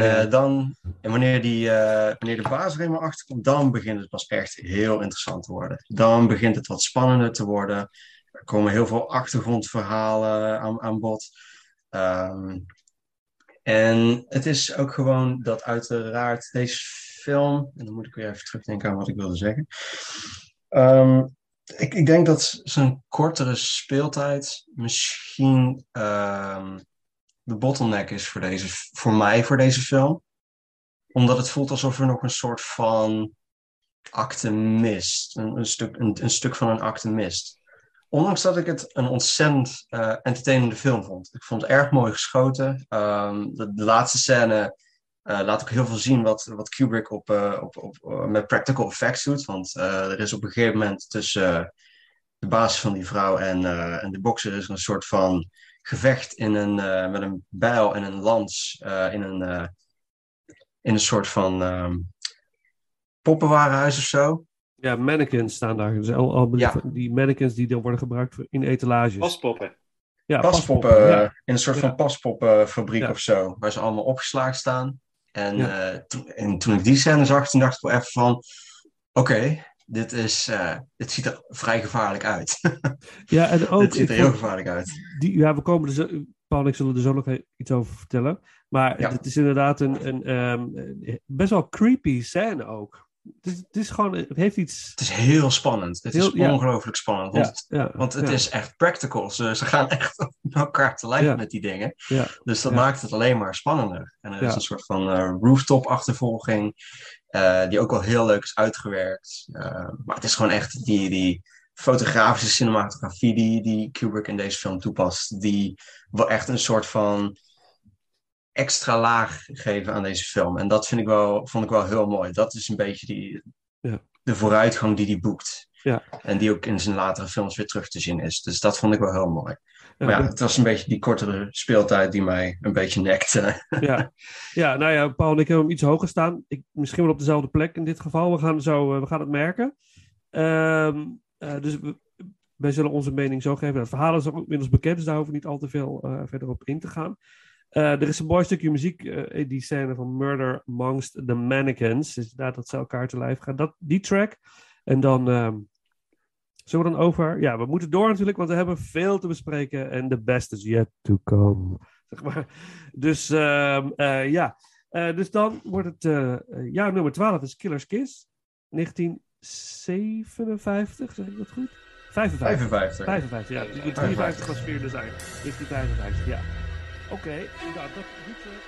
Wanneer de baas er eenmaal achterkomt, dan begint het pas echt heel interessant te worden. Dan begint het wat spannender te worden. Er komen heel veel achtergrondverhalen aan bod. En het is ook gewoon dat uiteraard deze film... En dan moet ik weer even terugdenken aan wat ik wilde zeggen. Ik denk dat zijn kortere speeltijd misschien de bottleneck is voor mij voor deze film. Omdat het voelt alsof er nog een soort van akte mist. Een stuk van een akte mist. Ondanks dat ik het een ontzettend entertainende film vond. Ik vond het erg mooi geschoten. De laatste scène laat ook heel veel zien wat Kubrick met practical effects doet. Want er is op een gegeven moment tussen de baas van die vrouw en de bokser is er een soort van gevecht met een bijl en een lans in een soort van poppenwarenhuis of zo. Ja, mannequins staan daar. Dus die mannequins die dan worden gebruikt in etalages. Paspoppen. Ja, paspoppen. In een soort van paspoppenfabriek of zo. Waar ze allemaal opgeslagen staan. En toen ik die scène zag, toen dacht ik wel even van... Oké, dit ziet er vrij gevaarlijk uit. Ja, en ook... Het ziet er heel gevaarlijk uit. We komen Paul en ik zullen er zo nog iets over vertellen. Maar Ja. het is inderdaad een best wel creepy scène ook. Het is gewoon... Het heeft iets... Het is heel spannend. Het is ongelooflijk spannend. Want het is echt practical. Ze gaan echt op elkaar te lijf met die dingen. Ja. Dus dat maakt het alleen maar spannender. En er is een soort van rooftop-achtervolging. Die ook wel heel leuk is uitgewerkt. Maar het is gewoon echt die fotografische cinematografie die Kubrick in deze film toepast. Die wel echt een soort van extra laag geven aan deze film. En dat vond ik wel heel mooi. Dat is een beetje de vooruitgang die hij boekt. Ja. En die ook in zijn latere films weer terug te zien is. Dus dat vond ik wel heel mooi. Maar het was een beetje die kortere speeltijd die mij een beetje nekte. Paul en ik hebben hem iets hoger staan. Misschien wel op dezelfde plek in dit geval. We gaan het merken. Dus wij zullen onze mening zo geven. Het verhaal is ook inmiddels bekend, dus daar hoeven we niet al te veel verder op in te gaan. Er is een mooi stukje muziek in die scène van Murder Amongst the Mannequins. Dus dat ze elkaar te lijf gaan. Die track. En dan zullen we dan over... Ja, we moeten door natuurlijk, want we hebben veel te bespreken. En the best is yet to come. Zeg maar. Dus dus dan wordt het... jaar nummer 12 is Killer's Kiss. 1957, zeg ik dat goed? 55, ja. Dus 53 was Fear Design. 1955, ja. Oké, nou, dat doet ze.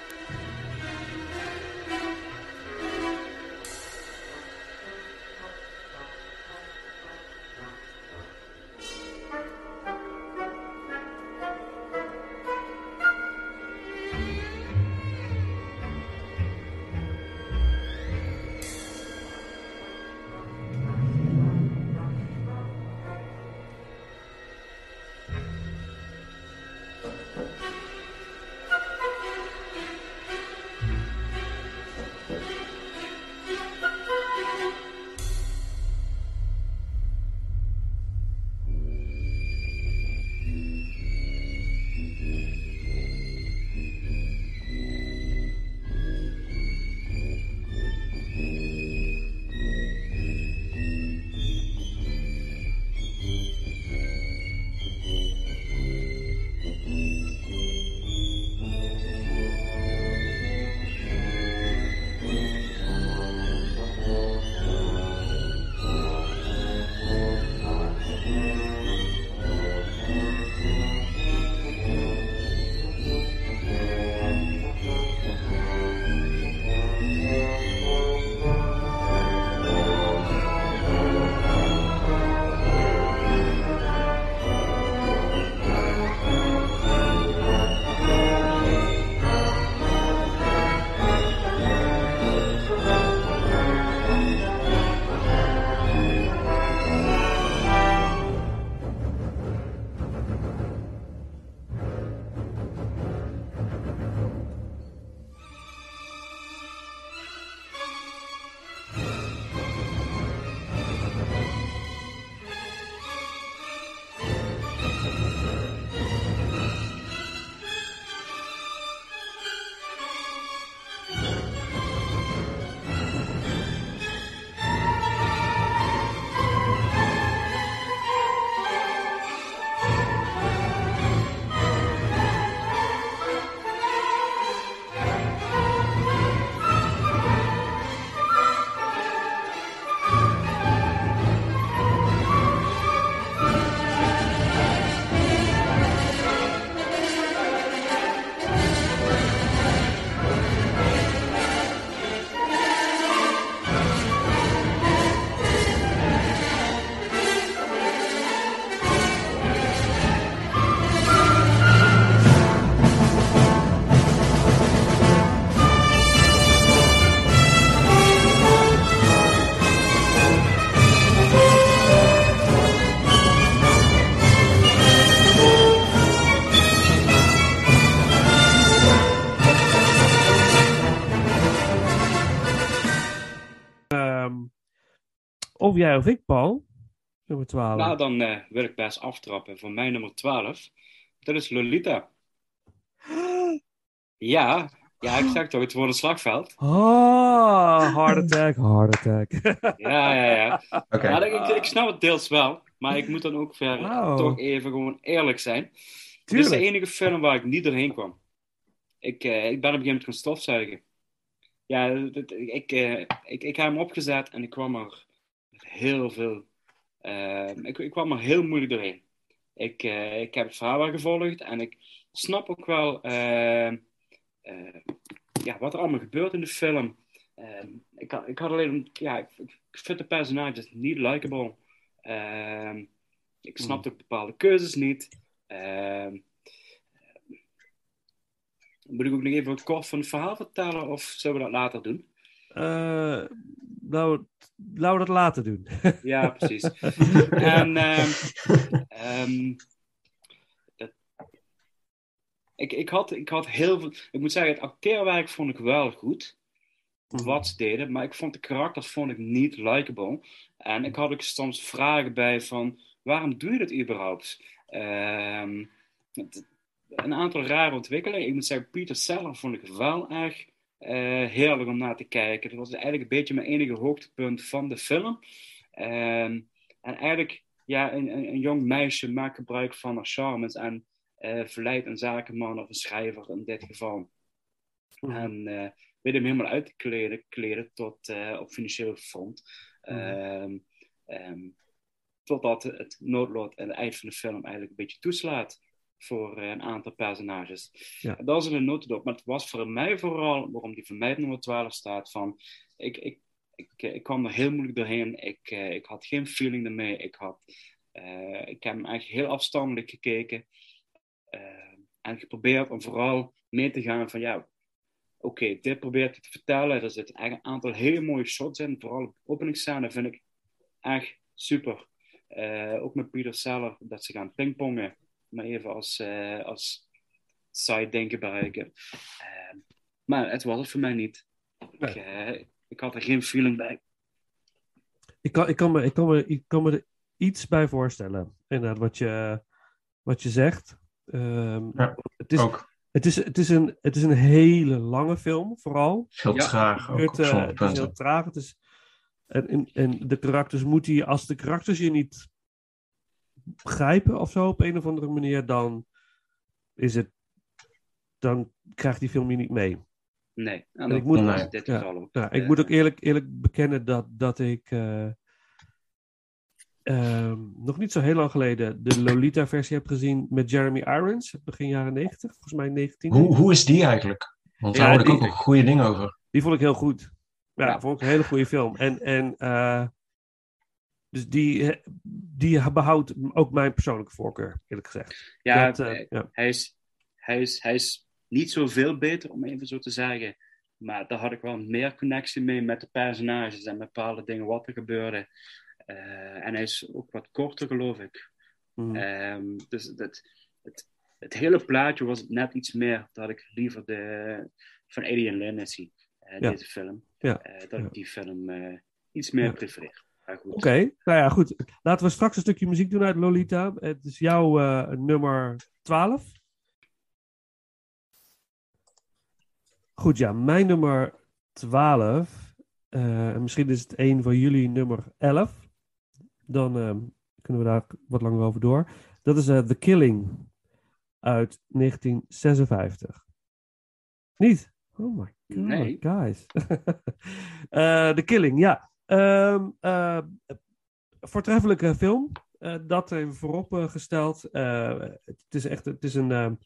Of jij of ik, Paul. Nummer 12. Nou, dan wil ik best aftrappen voor mijn nummer 12. Dat is Lolita. Ja, Ja, ik zeg toch, het wordt een slagveld. Oh, heart attack, heart attack. Ja. Oké. Maar ik snap het deels wel. Maar ik moet dan ook Wauw. toch even gewoon eerlijk zijn. Dit is de Tuurlijk. enige film waar ik niet doorheen kwam. Ik ben op een gegeven moment gaan stofzuigen. Ja, ik heb hem opgezet en ik kwam er met heel veel... ik kwam er heel moeilijk doorheen. Ik heb het verhaal wel gevolgd en ik snap ook wel wat er allemaal gebeurt in de film. Ik had alleen... Ja, ik vind de personages niet likable. Ik snapte ook bepaalde keuzes niet. Moet ik ook nog even wat kort van het verhaal vertellen of zullen we dat later doen? Laten we dat later doen. Ja, precies. En ik had heel veel... Ik moet zeggen, het acteerwerk vond ik wel goed. Wat ze deden, maar ik vond de karakters niet likable. En ik had ook soms vragen bij van... Waarom doe je dit überhaupt? Een aantal rare ontwikkelingen. Ik moet zeggen, Peter Sellers vond ik wel erg heerlijk om naar te kijken. Dat was eigenlijk een beetje mijn enige hoogtepunt van de film. En eigenlijk, ja, een jong meisje maakt gebruik van haar charmes en verleidt een zakenman of een schrijver in dit geval. En weet hem helemaal uit te kleden tot op financieel front. Totdat het noodlot aan het eind van de film eigenlijk een beetje toeslaat voor een aantal personages. Ja. Dat is een notendop. Maar het was voor mij vooral, waarom die voor mij op nummer 12 staat, van ik kwam er heel moeilijk doorheen. Ik had geen feeling ermee. Ik heb hem eigenlijk heel afstandelijk gekeken. En geprobeerd om vooral mee te gaan van ja, oké, dit probeert hij te vertellen. Er zitten eigenlijk een aantal hele mooie shots in. Vooral de openingsscène vind ik echt super. Ook met Peter Sellers, dat ze gaan pingpongen. Maar even als side-ding gebruiken. Maar het was het voor mij niet. Ik had er geen feeling bij. Ik kan me er iets bij voorstellen. Inderdaad, wat je zegt. Het is een hele lange film, vooral. Heel traag ook op sommige Het is punten. heel traag. En de karakters als de karakters je niet begrijpen of zo op een of andere manier, dan krijgt die film je niet mee. Nee, En ik dat moet, was in dit geval ook. Ja, ik moet ook eerlijk bekennen dat ik nog niet zo heel lang geleden de Lolita-versie heb gezien met Jeremy Irons, begin jaren 90, volgens mij 19. Hoe is die eigenlijk? Want daar hoor ik ook wel goede dingen over. Die vond ik heel goed. Ja, vond ik een hele goede film. Dus die behoudt ook mijn persoonlijke voorkeur, eerlijk gezegd. Ja, hij is niet zoveel beter, om even zo te zeggen. Maar daar had ik wel meer connectie mee met de personages en met bepaalde dingen wat er gebeurde. En hij is ook wat korter, geloof ik. Dus het hele plaatje was net iets meer dat ik liever van Eddie en Lynn zie. Deze film. Dat ik die film iets meer prefereer. Oké, nou ja, goed. Laten we straks een stukje muziek doen uit Lolita. Het is jouw nummer 12. Goed, ja, mijn nummer 12. Misschien is het een van jullie nummer 11. Dan kunnen we daar wat langer over door. Dat is The Killing uit 1956. Niet? Oh my god, nee. Guys. The Killing, ja. Voortreffelijke film. Dat even voorop gesteld. Het is een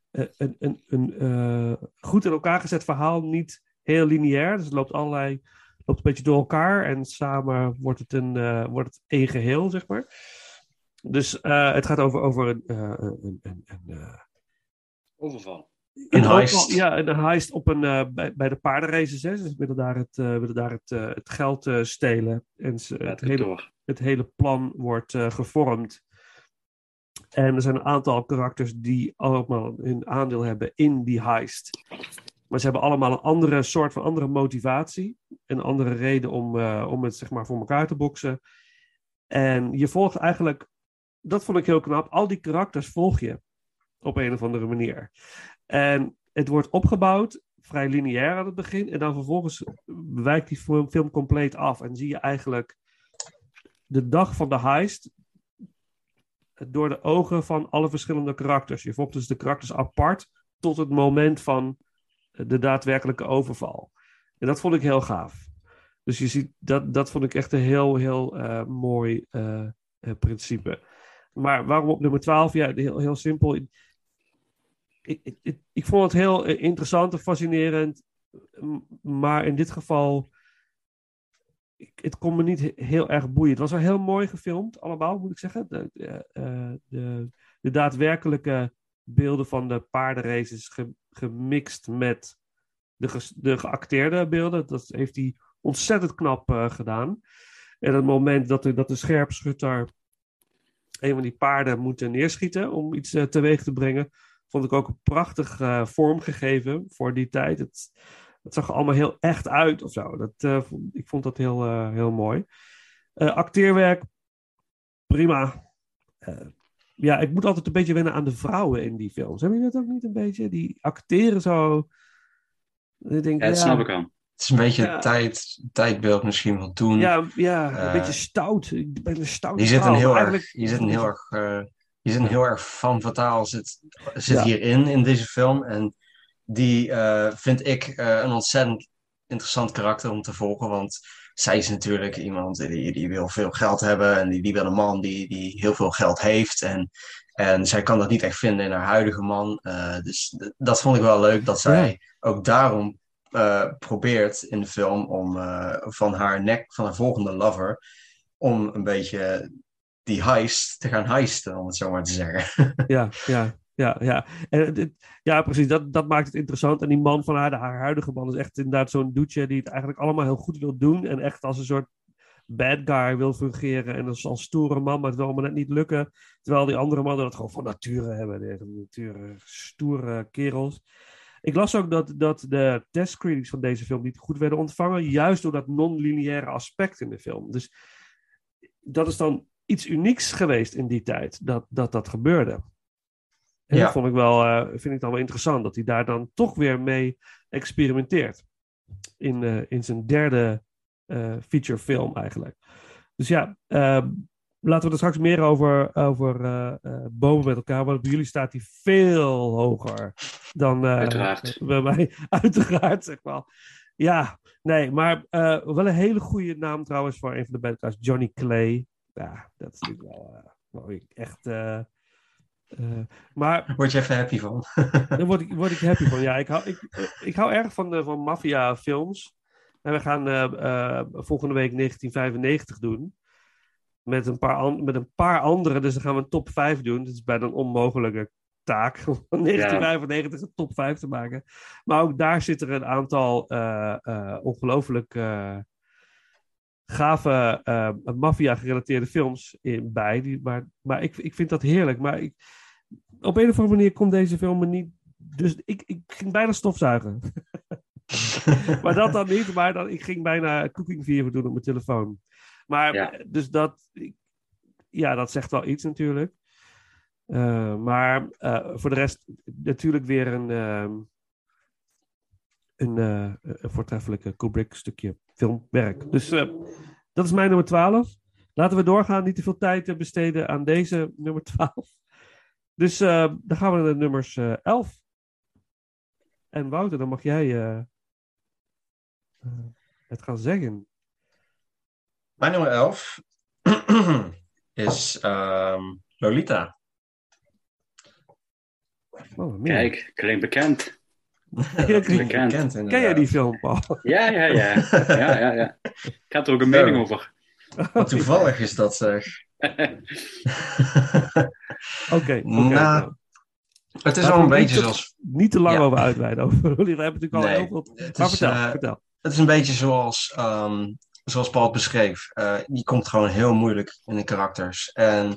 goed in elkaar gezet verhaal. Niet heel lineair. Dus het loopt een beetje door elkaar. En samen wordt het één geheel, zeg maar. Dus het gaat over een overval. Een heist. Ja, een heist bij de paardenraces. Hè. Ze willen daar het geld stelen. En het hele plan wordt gevormd. En er zijn een aantal karakters die allemaal een aandeel hebben in die heist. Maar ze hebben allemaal een andere motivatie. Een andere reden om het zeg maar voor elkaar te boksen. En je volgt eigenlijk, dat vond ik heel knap, al die karakters volg je op een of andere manier. En het wordt opgebouwd vrij lineair aan het begin. En dan vervolgens wijkt die film compleet af. En zie je eigenlijk de dag van de heist door de ogen van alle verschillende karakters. Je volgt dus de karakters apart tot het moment van de daadwerkelijke overval. En dat vond ik heel gaaf. Dus je ziet, dat vond ik echt een heel mooi principe. Maar waarom op nummer 12? Ja, heel simpel. Ik vond het heel interessant en fascinerend. Maar in dit geval, het kon me niet heel erg boeien. Het was wel heel mooi gefilmd, allemaal, moet ik zeggen. De daadwerkelijke beelden van de paardenraces gemixt met de geacteerde beelden. Dat heeft hij ontzettend knap gedaan. En het moment dat de scherpschutter een van die paarden moet neerschieten om iets teweeg te brengen, vond ik ook een prachtig vormgegeven voor die tijd. Het zag er allemaal heel echt uit of zo. Ik vond dat heel mooi. Acteerwerk, prima. Ja, ik moet altijd een beetje wennen aan de vrouwen in die films. Hebben jullie dat ook niet een beetje? Die acteren zo. Ik denk, dat snap ik al. Het is een beetje het tijdbeeld misschien van toen. Ja, een beetje stout. Ik ben een stout. Je zit een heel erg van fataal zit hierin in deze film. En die vind ik een ontzettend interessant karakter om te volgen. Want zij is natuurlijk iemand die wil veel geld hebben. En die wil een man die heel veel geld heeft. En zij kan dat niet echt vinden in haar huidige man. Dus dat vond ik wel leuk. Dat zij ook daarom probeert in de film om van haar volgende lover, om een beetje die heist te gaan heisten, om het zo maar te zeggen. Ja. En precies. Dat maakt het interessant. En die man van haar huidige man, is echt inderdaad zo'n doetje die het eigenlijk allemaal heel goed wil doen. En echt als een soort bad guy wil fungeren. En als stoere man, maar het wil allemaal net niet lukken. Terwijl die andere mannen dat gewoon van nature hebben. Stoere kerels. Ik las ook dat de testscreenings van deze film niet goed werden ontvangen. Juist door dat non-lineaire aspect in de film. Dus dat is dan iets unieks geweest in die tijd. Dat gebeurde. En dat vond ik vind ik dan wel interessant. Dat hij daar dan toch weer mee experimenteert. In zijn derde featurefilm eigenlijk. Dus ja, laten we er straks meer over bomen met elkaar. Want bij jullie staat hij veel hoger dan uiteraard. Bij mij. Uiteraard, zeg maar. Ja, nee, maar wel een hele goede naam trouwens voor een van de bad guys. Johnny Clay. Ja, dat is natuurlijk wel echt... maar word je even happy van? Daar word ik happy van. Ja, ik hou erg van maffia-films. En we gaan volgende week 1995 doen. Met een paar andere. Dus dan gaan we een top 5 doen. Dat is bijna een onmogelijke taak om 1995 een top 5 te maken. Maar ook daar zitten er een aantal ongelooflijk gave maffia-gerelateerde films bij. Maar ik vind dat heerlijk. Maar op een of andere manier komt deze film me niet... Dus ik ging bijna stofzuigen. Maar dat dan niet. Maar ik ging bijna Cooking Fever doen op mijn telefoon. Maar dus dat zegt wel iets natuurlijk. Maar voor de rest natuurlijk weer een voortreffelijke Kubrick stukje filmwerk. Dus dat is mijn nummer 12. Laten we doorgaan. Niet te veel tijd besteden aan deze nummer 12. Dus dan gaan we naar de nummers 11. En Wouter, dan mag jij het gaan zeggen. Mijn nummer 11 is Lolita. Oh, kijk, klinkt bekend. Bekend, ken jij die film, Paul? Ja. Ik had er ook een mening over. Wat toevallig is dat, zeg. Oké. Nou, het is wel een beetje zoals... Niet te lang over uitweiden. We hebben natuurlijk al heel veel... Maar vertel. Het is een beetje zoals Paul het beschreef. Die komt gewoon heel moeilijk in de karakters. En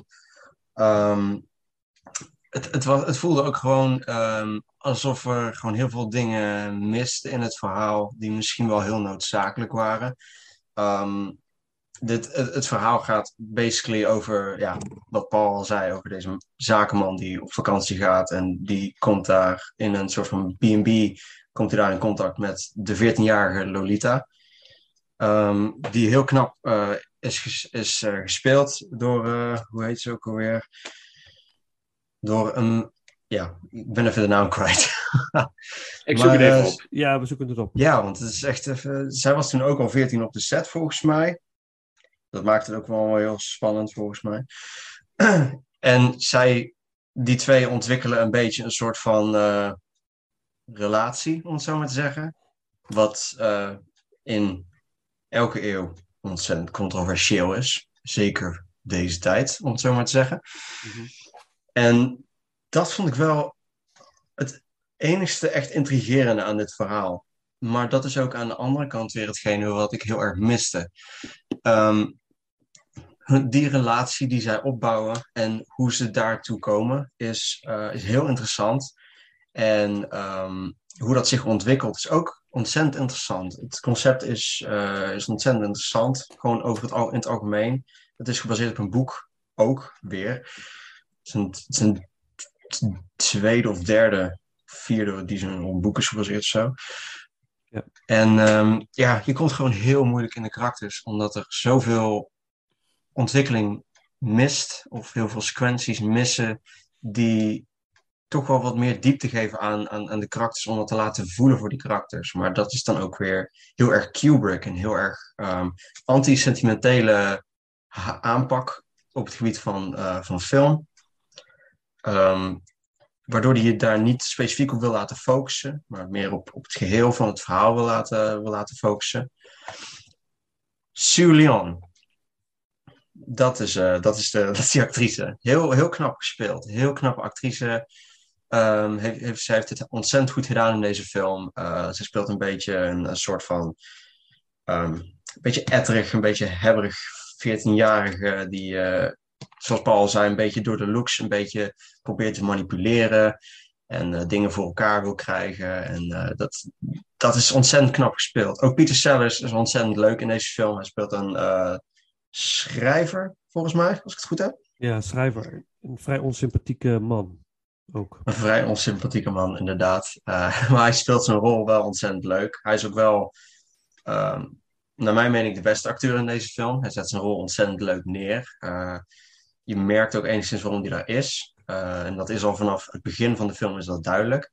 het voelde ook gewoon alsof er gewoon heel veel dingen misten in het verhaal die misschien wel heel noodzakelijk waren. Het verhaal gaat basically over, ja, wat Paul al zei, over deze zakenman die op vakantie gaat. En die komt daar in een soort van B&B, komt hij daar in contact met de 14-jarige Lolita. Die heel knap is gespeeld door, hoe heet ze ook alweer? Door een, ja, ik ben even de naam kwijt. Ik zoek het even op. Ja, we zoeken het op. Ja, want het is echt even, zij was toen ook al 14 op de set volgens mij. Dat maakt het ook wel heel spannend volgens mij. En die twee ontwikkelen een beetje een soort van relatie, om het zo maar te zeggen. Wat in elke eeuw ontzettend controversieel is. Zeker deze tijd, om het zo maar te zeggen. Mhm. En dat vond ik wel het enigste echt intrigerende aan dit verhaal. Maar dat is ook aan de andere kant weer hetgene wat ik heel erg miste. Die relatie die zij opbouwen en hoe ze daartoe komen is heel interessant. En hoe dat zich ontwikkelt is ook ontzettend interessant. Het concept is ontzettend interessant, gewoon in het algemeen. Het is gebaseerd op een boek, ook weer. Het is een tweede of derde, vierde die zo'n op een boek is gebaseerd of zo. Ja. En je komt gewoon heel moeilijk in de karakters, omdat er zoveel ontwikkeling mist, of heel veel sequenties missen, die toch wel wat meer diepte geven aan de karakters, om dat te laten voelen voor die karakters. Maar dat is dan ook weer heel erg Kubrick en heel erg anti-sentimentele aanpak op het gebied van film. Waardoor hij je daar niet specifiek op wil laten focussen, maar meer op het geheel van het verhaal wil laten focussen. Sue Lyon. Dat is die actrice. Heel knap gespeeld. Heel knappe actrice. Zij heeft het ontzettend goed gedaan in deze film. Ze speelt een beetje een soort van een beetje etterig, een beetje hebberig 14-jarige die, zoals Paul zei, een beetje door de looks een beetje probeert te manipuleren en dingen voor elkaar wil krijgen. En dat is ontzettend knap gespeeld. Ook Peter Sellers is ontzettend leuk in deze film. Hij speelt een schrijver, volgens mij, als ik het goed heb. Ja, schrijver. Een vrij onsympathieke man. Ook. Een vrij onsympathieke man, inderdaad. Maar hij speelt zijn rol wel ontzettend leuk. Hij is ook wel, naar mijn mening, de beste acteur in deze film. Hij zet zijn rol ontzettend leuk neer. Je merkt ook enigszins waarom hij daar is. En dat is al vanaf het begin van de film is dat duidelijk.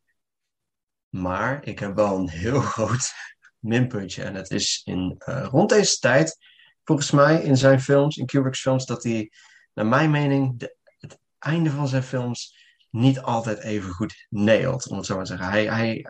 Maar ik heb wel een heel groot minpuntje. En het is rond deze tijd, volgens mij, in zijn films, in Kubrick's films, dat hij, naar mijn mening, het einde van zijn films niet altijd even goed nailt, om het zo maar te zeggen.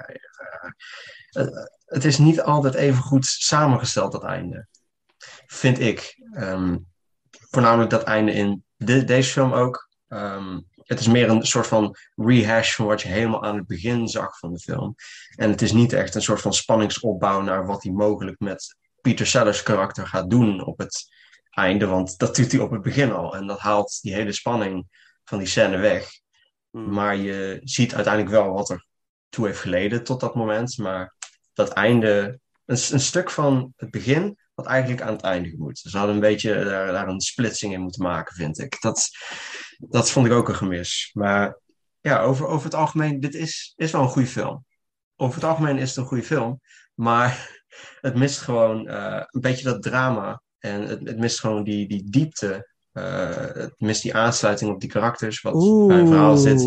Het is niet altijd even goed samengesteld, dat einde. Vind ik. Voornamelijk dat einde in deze film ook. Het is meer een soort van rehash van wat je helemaal aan het begin zag van de film. En het is niet echt een soort van spanningsopbouw naar wat hij mogelijk met Peter Sellers karakter gaat doen op het einde. Want dat doet hij op het begin al. En dat haalt die hele spanning van die scène weg. Maar je ziet uiteindelijk wel wat er toe heeft geleden tot dat moment. Maar dat einde, een stuk van het begin, wat eigenlijk aan het einde moet. Ze hadden een beetje daar een splitsing in moeten maken, vind ik. Dat vond ik ook een gemis. Maar ja, over het algemeen, dit is wel een goede film. Over het algemeen is het een goede film. Maar het mist gewoon een beetje dat drama. En het mist gewoon die diepte. Het mist die aansluiting op die karakters. Wat bij een verhaal zit.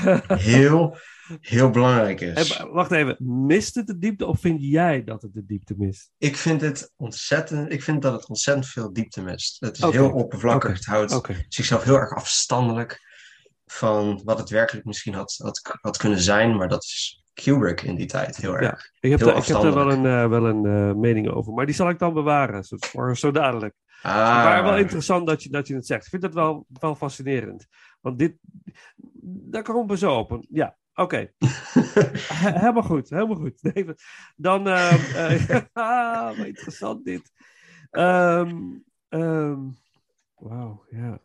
Heel belangrijk is. Wacht even. Mist het de diepte of vind jij dat het de diepte mist? Ik vind dat het ontzettend veel diepte mist. Het is heel oppervlakkig. Het houdt zichzelf heel erg afstandelijk van wat het werkelijk misschien had kunnen zijn. Maar dat is Kubrick in die tijd heel erg. Ik heb er wel een mening over. Maar die zal ik dan bewaren. Voor zo dadelijk. Maar wel interessant dat je het zegt. Ik vind dat wel fascinerend. Want daar komen we zo op. Ja, oké. Helemaal goed. Nee, dan, wat interessant dit. Wauw, ja.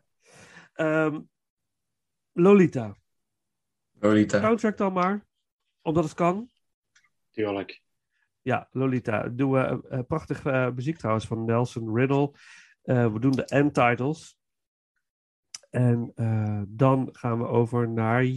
Lolita. Soundtrack dan maar. Omdat het kan. Tuurlijk. Ja, Lolita. Doen we prachtig muziek trouwens van Nelson Riddle. We doen de end titles. En dan gaan we over naar...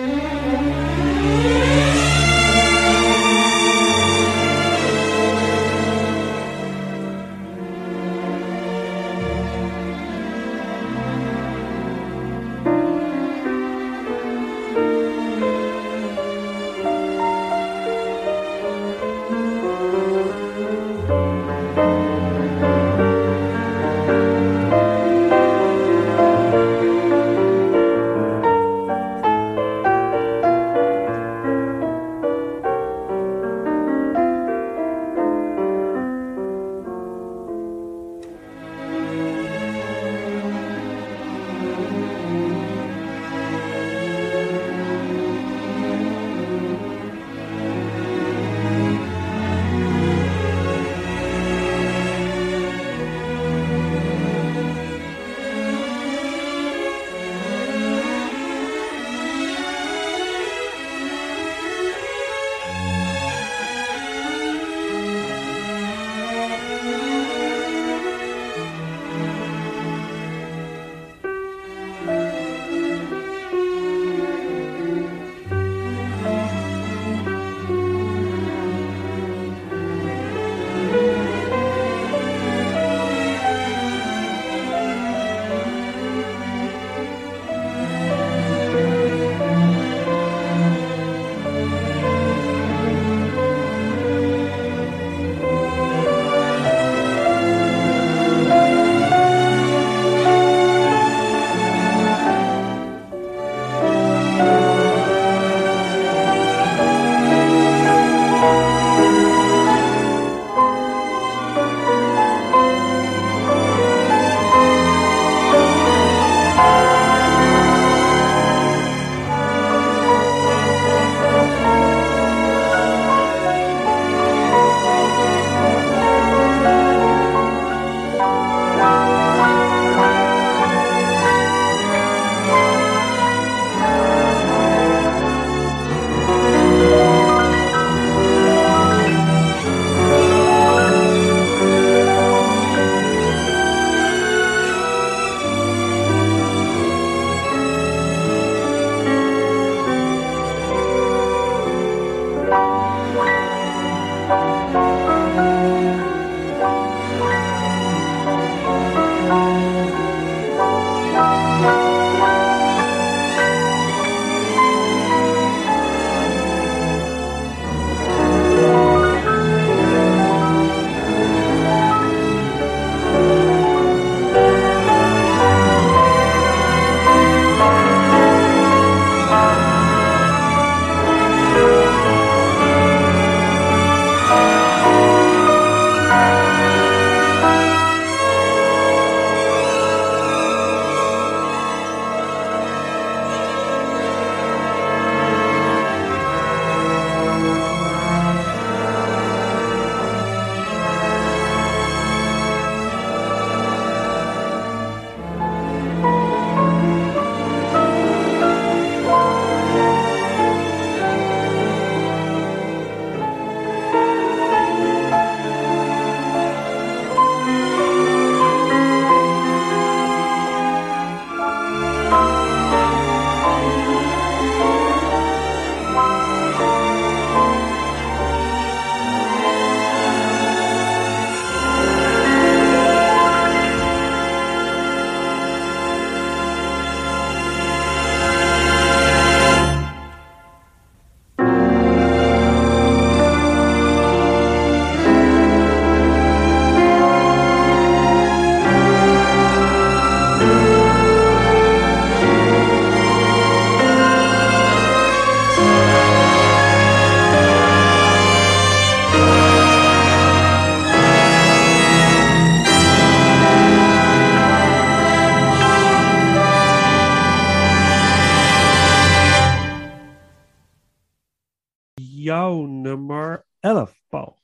jouw nummer 11, Paul.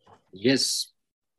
Yes.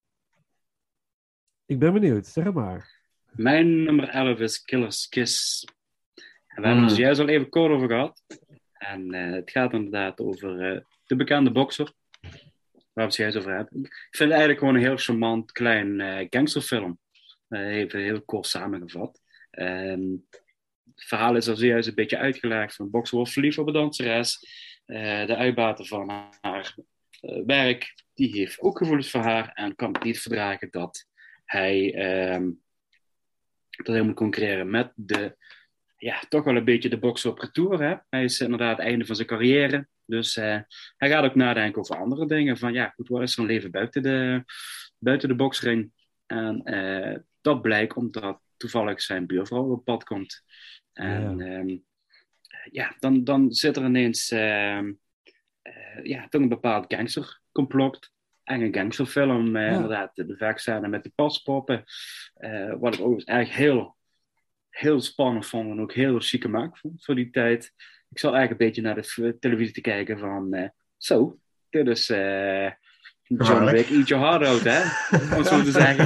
Ik ben benieuwd, zeg het maar. Mijn nummer 11 is Killer's Kiss. En we hebben het er juist al even kort over gehad. En het gaat inderdaad over de bekende bokser. Waar we het juist over hebben. Ik vind het eigenlijk gewoon een heel charmant klein gangsterfilm. Even heel kort samengevat. Het verhaal is al zojuist een beetje uitgelegd. Een bokser wordt verliefd op een danseres. De uitbater van haar werk, die heeft ook gevoelens voor haar en kan het niet verdragen dat hij moet concurreren met toch wel een beetje de bokser op retour. Hè? Hij is inderdaad het einde van zijn carrière. Dus hij gaat ook nadenken over andere dingen. Van goed, wat is zo'n leven buiten de boksring? En dat blijkt omdat toevallig zijn buurvrouw op pad komt. En dan zit er ineens toch een bepaald gangstercomplot. En een gangsterfilm, inderdaad, de vechtschade met die paspoppen. Wat ik overigens eigenlijk heel, heel spannend vond en ook heel chic gemaakt voor die tijd. Ik zat eigenlijk een beetje naar de televisie te kijken van, dit is John Wick, eat your heart out, hè? Om het zo te zeggen.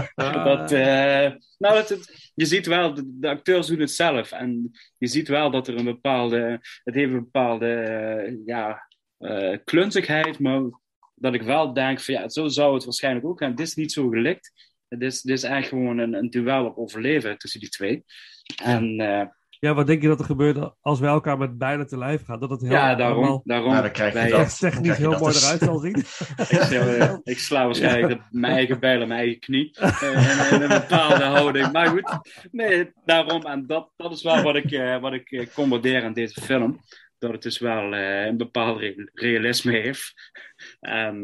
Je ziet wel, de acteurs doen het zelf. En je ziet wel dat er het heeft een bepaalde klunzigheid, maar dat ik wel denk van zo zou het waarschijnlijk ook gaan. Dit is niet zo gelikt. Dit is eigenlijk gewoon een duel op overleven tussen die twee. En wat denk je dat er gebeurt als we elkaar met bijna te lijf gaan? Dat het heel daarom. Dan krijg je dat. Technisch heel mooi eruit zal zien. Ik sla waarschijnlijk mijn eigen bijl en mijn eigen knie in een bepaalde houding. Maar goed, nee, daarom. En dat is wel wat ik kon waarderen aan deze film. Dat het dus wel een bepaald realisme heeft. En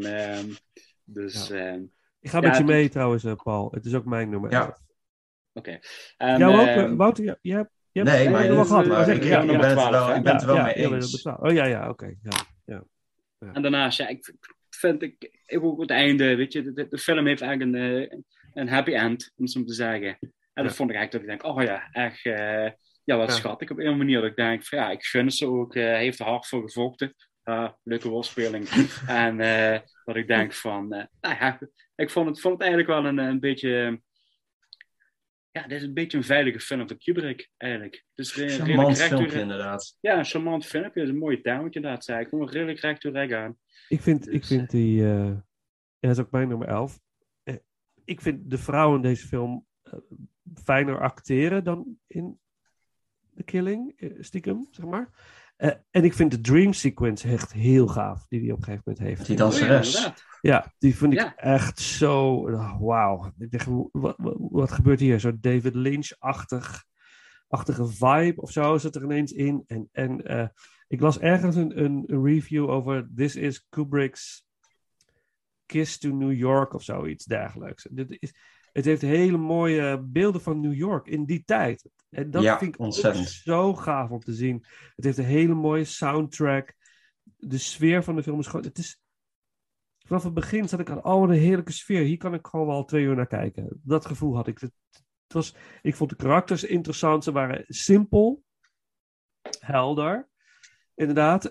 ik ga met je mee trouwens, Paul. Het is ook mijn nummer 11. Oké. Jou ook, Wouter? Nee, maar nog gehad. ik ben het er wel mee eens. Oké. Ja. En daarnaast, ik vind ook het einde, weet je, de film heeft eigenlijk een happy end, om het zo te zeggen. En dat vond ik eigenlijk dat ik denk, echt, wat schattig op een manier. Dat ik denk, van, ik gun het ze ook, hij heeft er hard voor gevochten. Leuke woordspeling. En dat ik denk van, ik vond het eigenlijk wel een beetje... dit is een beetje een veilige film van Kubrick, eigenlijk. Dus charmant filmpje, inderdaad. Ja, een charmant filmpje. Dat is een mooie tuintje, inderdaad, zei ik. Gewoon redelijk recht door recht aan. Ik vind die... dat is ook mijn nummer 11. Ik vind de vrouwen in deze film fijner acteren dan in The Killing, stiekem, zeg maar. En ik vind de dream sequence echt heel gaaf, die hij op een gegeven moment heeft. Die danseres. Ja, die vind ik echt zo... Wauw. Ik dacht, wat gebeurt hier? Zo David Lynch-achtige vibe of zo zit er ineens in. En ik las ergens een review over This is Kubrick's Kiss to New York of zoiets dergelijks. Het heeft hele mooie beelden van New York in die tijd. En dat vind ik ontzettend zo gaaf om te zien. Het heeft een hele mooie soundtrack. De sfeer van de film is gewoon... Het is... Vanaf het begin zat ik aan, wat een heerlijke sfeer. Hier kan ik gewoon wel 2 uur naar kijken. Dat gevoel had ik. Ik vond de karakters interessant. Ze waren simpel. Helder. Inderdaad.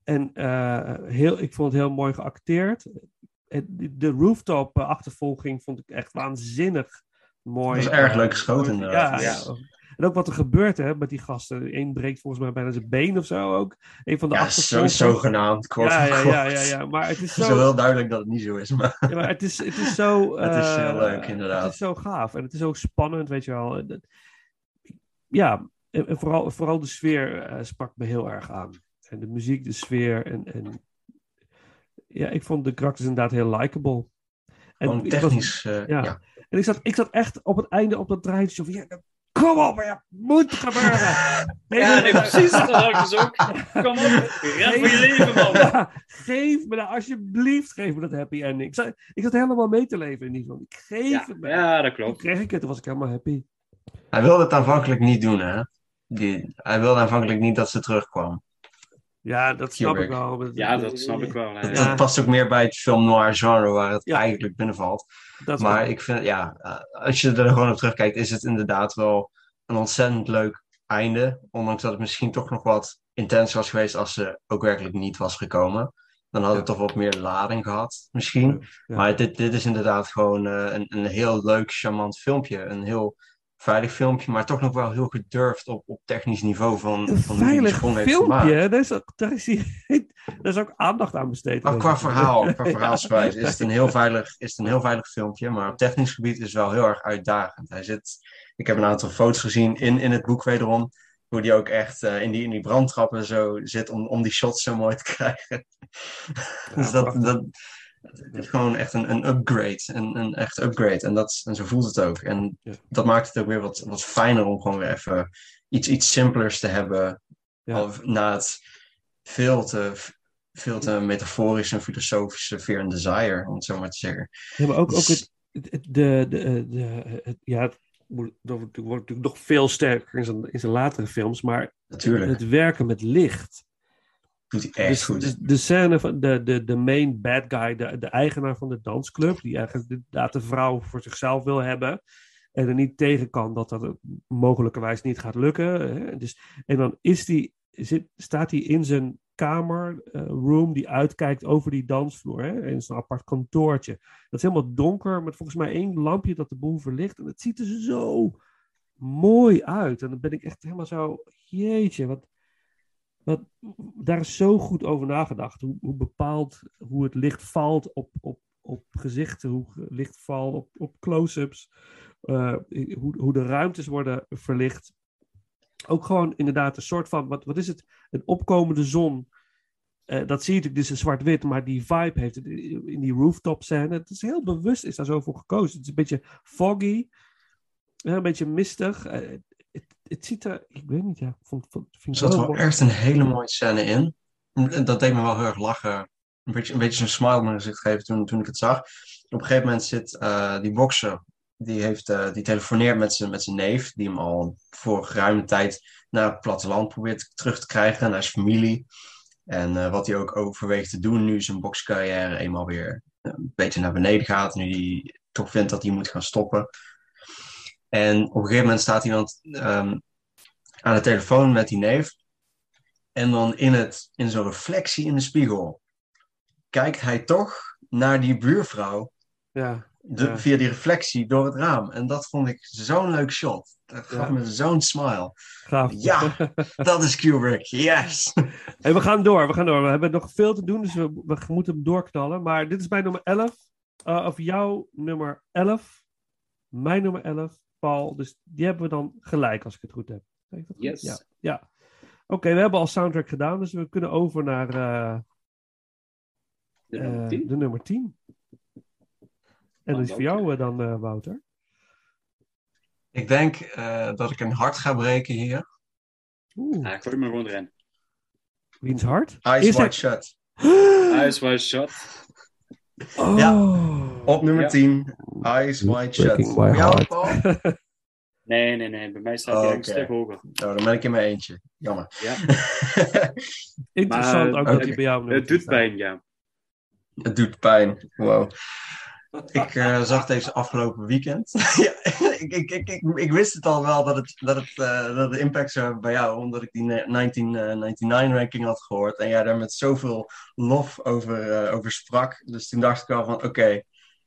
Ik vond het heel mooi geacteerd. De rooftop-achtervolging vond ik echt waanzinnig mooi. Dat was erg leuk geschoten, inderdaad. Ja. En ook wat er gebeurt met die gasten. Eén breekt volgens mij bijna zijn been of zo ook. Een van de achtervolgers. Zogenaamd. Ja. Maar het is zo... Het is wel heel duidelijk dat het niet zo is. Maar, maar het is zo... het is heel leuk, inderdaad. Het is zo gaaf. En het is ook spannend, weet je wel. En vooral de sfeer sprak me heel erg aan. En de muziek, de sfeer. En ik vond de karakters inderdaad heel likable. Gewoon technisch, En ik zat echt op het einde op dat draadje van... Kom op, het moet gebeuren. Precies. Dat had ik dus ook. Kom op, red voor je leven, man. Ja, geef me alsjeblieft, geef me dat happy ending. Ik zat helemaal mee te leven in die film. Geef het me. Ja, dat klopt. Toen kreeg ik het, toen was ik helemaal happy. Hij wilde het aanvankelijk niet doen, hè? Hij wilde aanvankelijk niet dat ze terugkwam. Ja, dat snap ik wel. Ja, dat snap ik wel. Dat past ook meer bij het film noir genre waar het eigenlijk binnenvalt. Maar ik vind, als je er gewoon op terugkijkt, is het inderdaad wel een ontzettend leuk einde. Ondanks dat het misschien toch nog wat intenser was geweest als ze ook werkelijk niet was gekomen. Dan had het toch wat meer lading gehad, misschien. Ja. Maar dit is inderdaad gewoon een heel leuk, charmant filmpje. Een heel veilig filmpje, maar toch nog wel heel gedurfd op technisch niveau van Een hoe die veilig sprong heeft gemaakt. filmpje. Daar is ook aandacht aan besteed. Maar qua verhaalswijze is het een heel veilig filmpje, maar op technisch gebied is het wel heel erg uitdagend. Ik heb een aantal foto's gezien in het boek wederom, hoe die ook echt in die brandtrappen zo zit om die shots zo mooi te krijgen. Dus het is gewoon echt een upgrade, een echt upgrade. En zo voelt het ook. En dat maakt het ook weer wat fijner om gewoon weer even iets simpelers te hebben. Ja. Na het veel te metaforische en filosofische Fear and Desire, om het zo maar te zeggen. Ja, maar ook dat wordt natuurlijk nog veel sterker in zijn latere films, maar Natuurlijk. het werken met licht. Doet hij echt goed. Dus de scène van de main bad guy, de eigenaar van de dansclub, die eigenlijk inderdaad de vrouw voor zichzelf wil hebben en er niet tegen kan dat dat mogelijkerwijs niet gaat lukken. Hè? En dan staat hij in zijn kamer, room, die uitkijkt over die dansvloer. Hè? En zo'n apart kantoortje. Dat is helemaal donker, met volgens mij 1 lampje dat de boel verlicht. En het ziet er zo mooi uit. En dan ben ik echt helemaal zo, jeetje, daar is zo goed over nagedacht. Hoe bepaald, hoe het licht valt op gezichten, hoe het licht valt op close-ups. Hoe de ruimtes worden verlicht. Ook gewoon inderdaad een soort van, wat is het? Een opkomende zon. Dat zie je natuurlijk, dit is zwart-wit, maar die vibe heeft het in die rooftop scène. Het is heel bewust, is daar zo voor gekozen. Het is een beetje foggy, een beetje mistig. Het ziet er, ik weet niet, ja. Er zat wel echt een hele mooie scène in. Dat deed me wel heel erg lachen. Een beetje zo'n smile op mijn gezicht geven toen ik het zag. Op een gegeven moment zit die bokser, die telefoneert met zijn neef, die hem al voor geruime tijd naar het platteland probeert terug te krijgen, naar zijn familie. En wat hij ook overweegt te doen nu zijn bokscarrière eenmaal weer een beetje naar beneden gaat, nu hij toch vindt dat hij moet gaan stoppen. En op een gegeven moment staat hij dan aan de telefoon met die neef. En dan in zo'n reflectie in de spiegel kijkt hij toch naar die buurvrouw. Ja. Via die reflectie door het raam. En dat vond ik zo'n leuk shot. Dat gaf me zo'n smile. Gaaf. Ja, dat is Kubrick. Yes! Hey, we gaan door. We hebben nog veel te doen, dus we moeten hem doorknallen. Maar dit is mijn nummer 11. Of jouw nummer 11. Mijn nummer 11, Paul. Dus die hebben we dan gelijk, als ik het goed heb. Yes. Ja. Oké, we hebben al soundtrack gedaan, dus we kunnen over naar de nummer 10. En dat is voor jou dan, Wouter? Ik denk dat ik een hart ga breken hier. Ja, ik gooi me gewoon erin. Wiens hart? Eyes Wide Shut. Eyes Wide Shut. Oh. Ja, op nummer 10. Eyes Wide Shut. Voor jou, Paul? Nee. Bij mij staat hij een stuk hoger. Oh, dan ben ik in mijn eentje. Jammer. Ja. Interessant ook dat hij bij jou... Het doet pijn, ja. Het doet pijn. Wow. Ik zag deze afgelopen weekend. Ja, ik wist het al wel dat het impact zou hebben bij jou, omdat ik die 1999 ranking had gehoord en jij daar met zoveel lof over sprak. Dus toen dacht ik al van oké,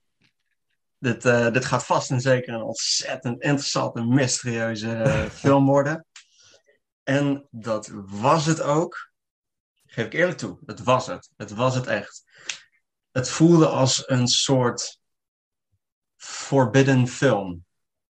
dit gaat vast en zeker een ontzettend interessante, mysterieuze film worden. En dat was het ook. Geef ik eerlijk toe, het was het. Het was het echt. Het voelde als een soort forbidden film.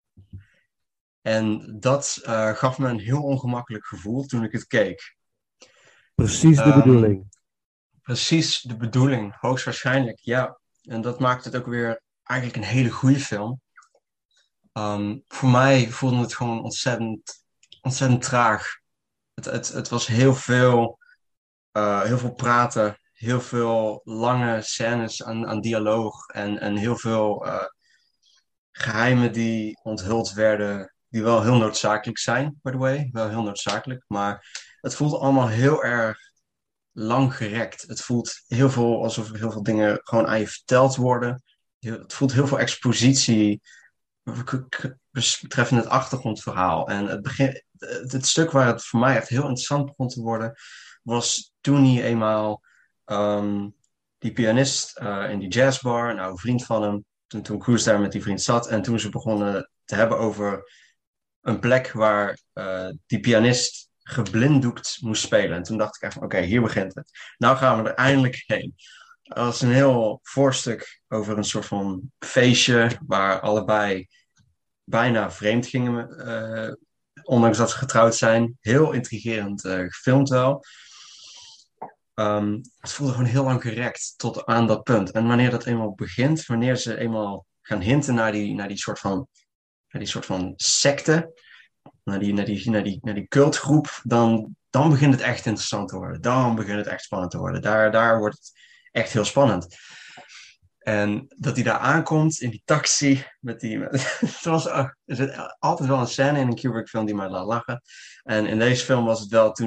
En dat gaf me een heel ongemakkelijk gevoel toen ik het keek. Precies de bedoeling. Precies de bedoeling, hoogstwaarschijnlijk, ja. En dat maakt het ook weer eigenlijk een hele goede film. Voor mij voelde het gewoon ontzettend traag. Het was heel veel praten. Heel veel lange scènes aan dialoog en heel veel geheimen die onthuld werden, die wel heel noodzakelijk zijn, by the way. Wel heel noodzakelijk, maar het voelt allemaal heel erg lang gerekt. Het voelt heel veel alsof er heel veel dingen gewoon aan je verteld worden. Het voelt heel veel expositie betreffende het achtergrondverhaal. En het stuk waar het voor mij echt heel interessant begon te worden, was toen hij eenmaal die pianist in die jazzbar, een oude vriend van hem, toen Cruise daar met die vriend zat en toen ze begonnen te hebben over een plek waar die pianist geblinddoekt moest spelen. En toen dacht ik echt van, oké, hier begint het. Nou gaan we er eindelijk heen. Dat was een heel voorstuk over een soort van feestje waar allebei bijna vreemd gingen, ondanks dat ze getrouwd zijn. Heel intrigerend gefilmd wel. Het voelde gewoon heel lang gerekt tot aan dat punt. En wanneer dat eenmaal begint, wanneer ze eenmaal gaan hinten naar die soort van secte, naar die cultgroep, dan begint het echt interessant te worden. Dan begint het echt spannend te worden. Daar wordt het echt heel spannend. En dat hij daar aankomt in die taxi er zit altijd wel een scène in een Kubrick film die mij laat lachen. En in deze film was het wel toen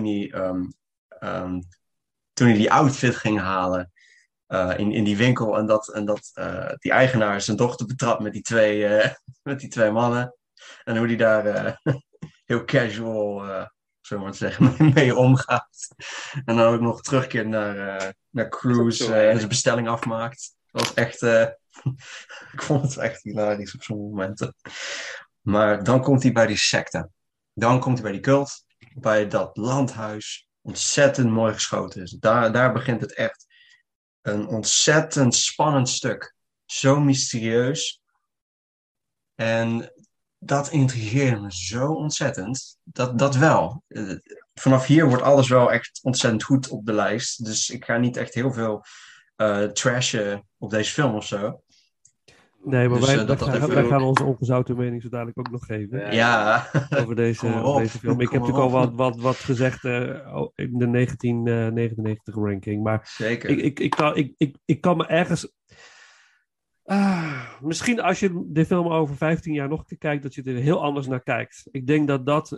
hij die outfit ging halen in die winkel en dat die eigenaar zijn dochter betrapt met die twee mannen. En hoe die daar heel casual, zo maar te zeggen, mee omgaat. En dan ook nog terugkeert naar Cruise en zijn bestelling afmaakt. Dat was echt, ik vond het echt hilarisch op zo'n momenten. Maar dan komt hij bij die secte. Dan komt hij bij die cult, bij dat landhuis. Ontzettend mooi geschoten is. Daar begint het echt. Een ontzettend spannend stuk. Zo mysterieus. En dat intrigeerde me zo ontzettend. Dat wel. Vanaf hier wordt alles wel echt ontzettend goed op de lijst. Dus ik ga niet echt heel veel trashen op deze film of zo. Nee, maar Dus, wij gaan onze ongezouten mening zo dadelijk ook nog geven. Ja. Over deze film. Ik heb natuurlijk al wat gezegd in de 1999 ranking. Maar Zeker. ik kan me ergens... misschien als je de film over 15 jaar nog een keer kijkt, dat je er heel anders naar kijkt. Ik denk dat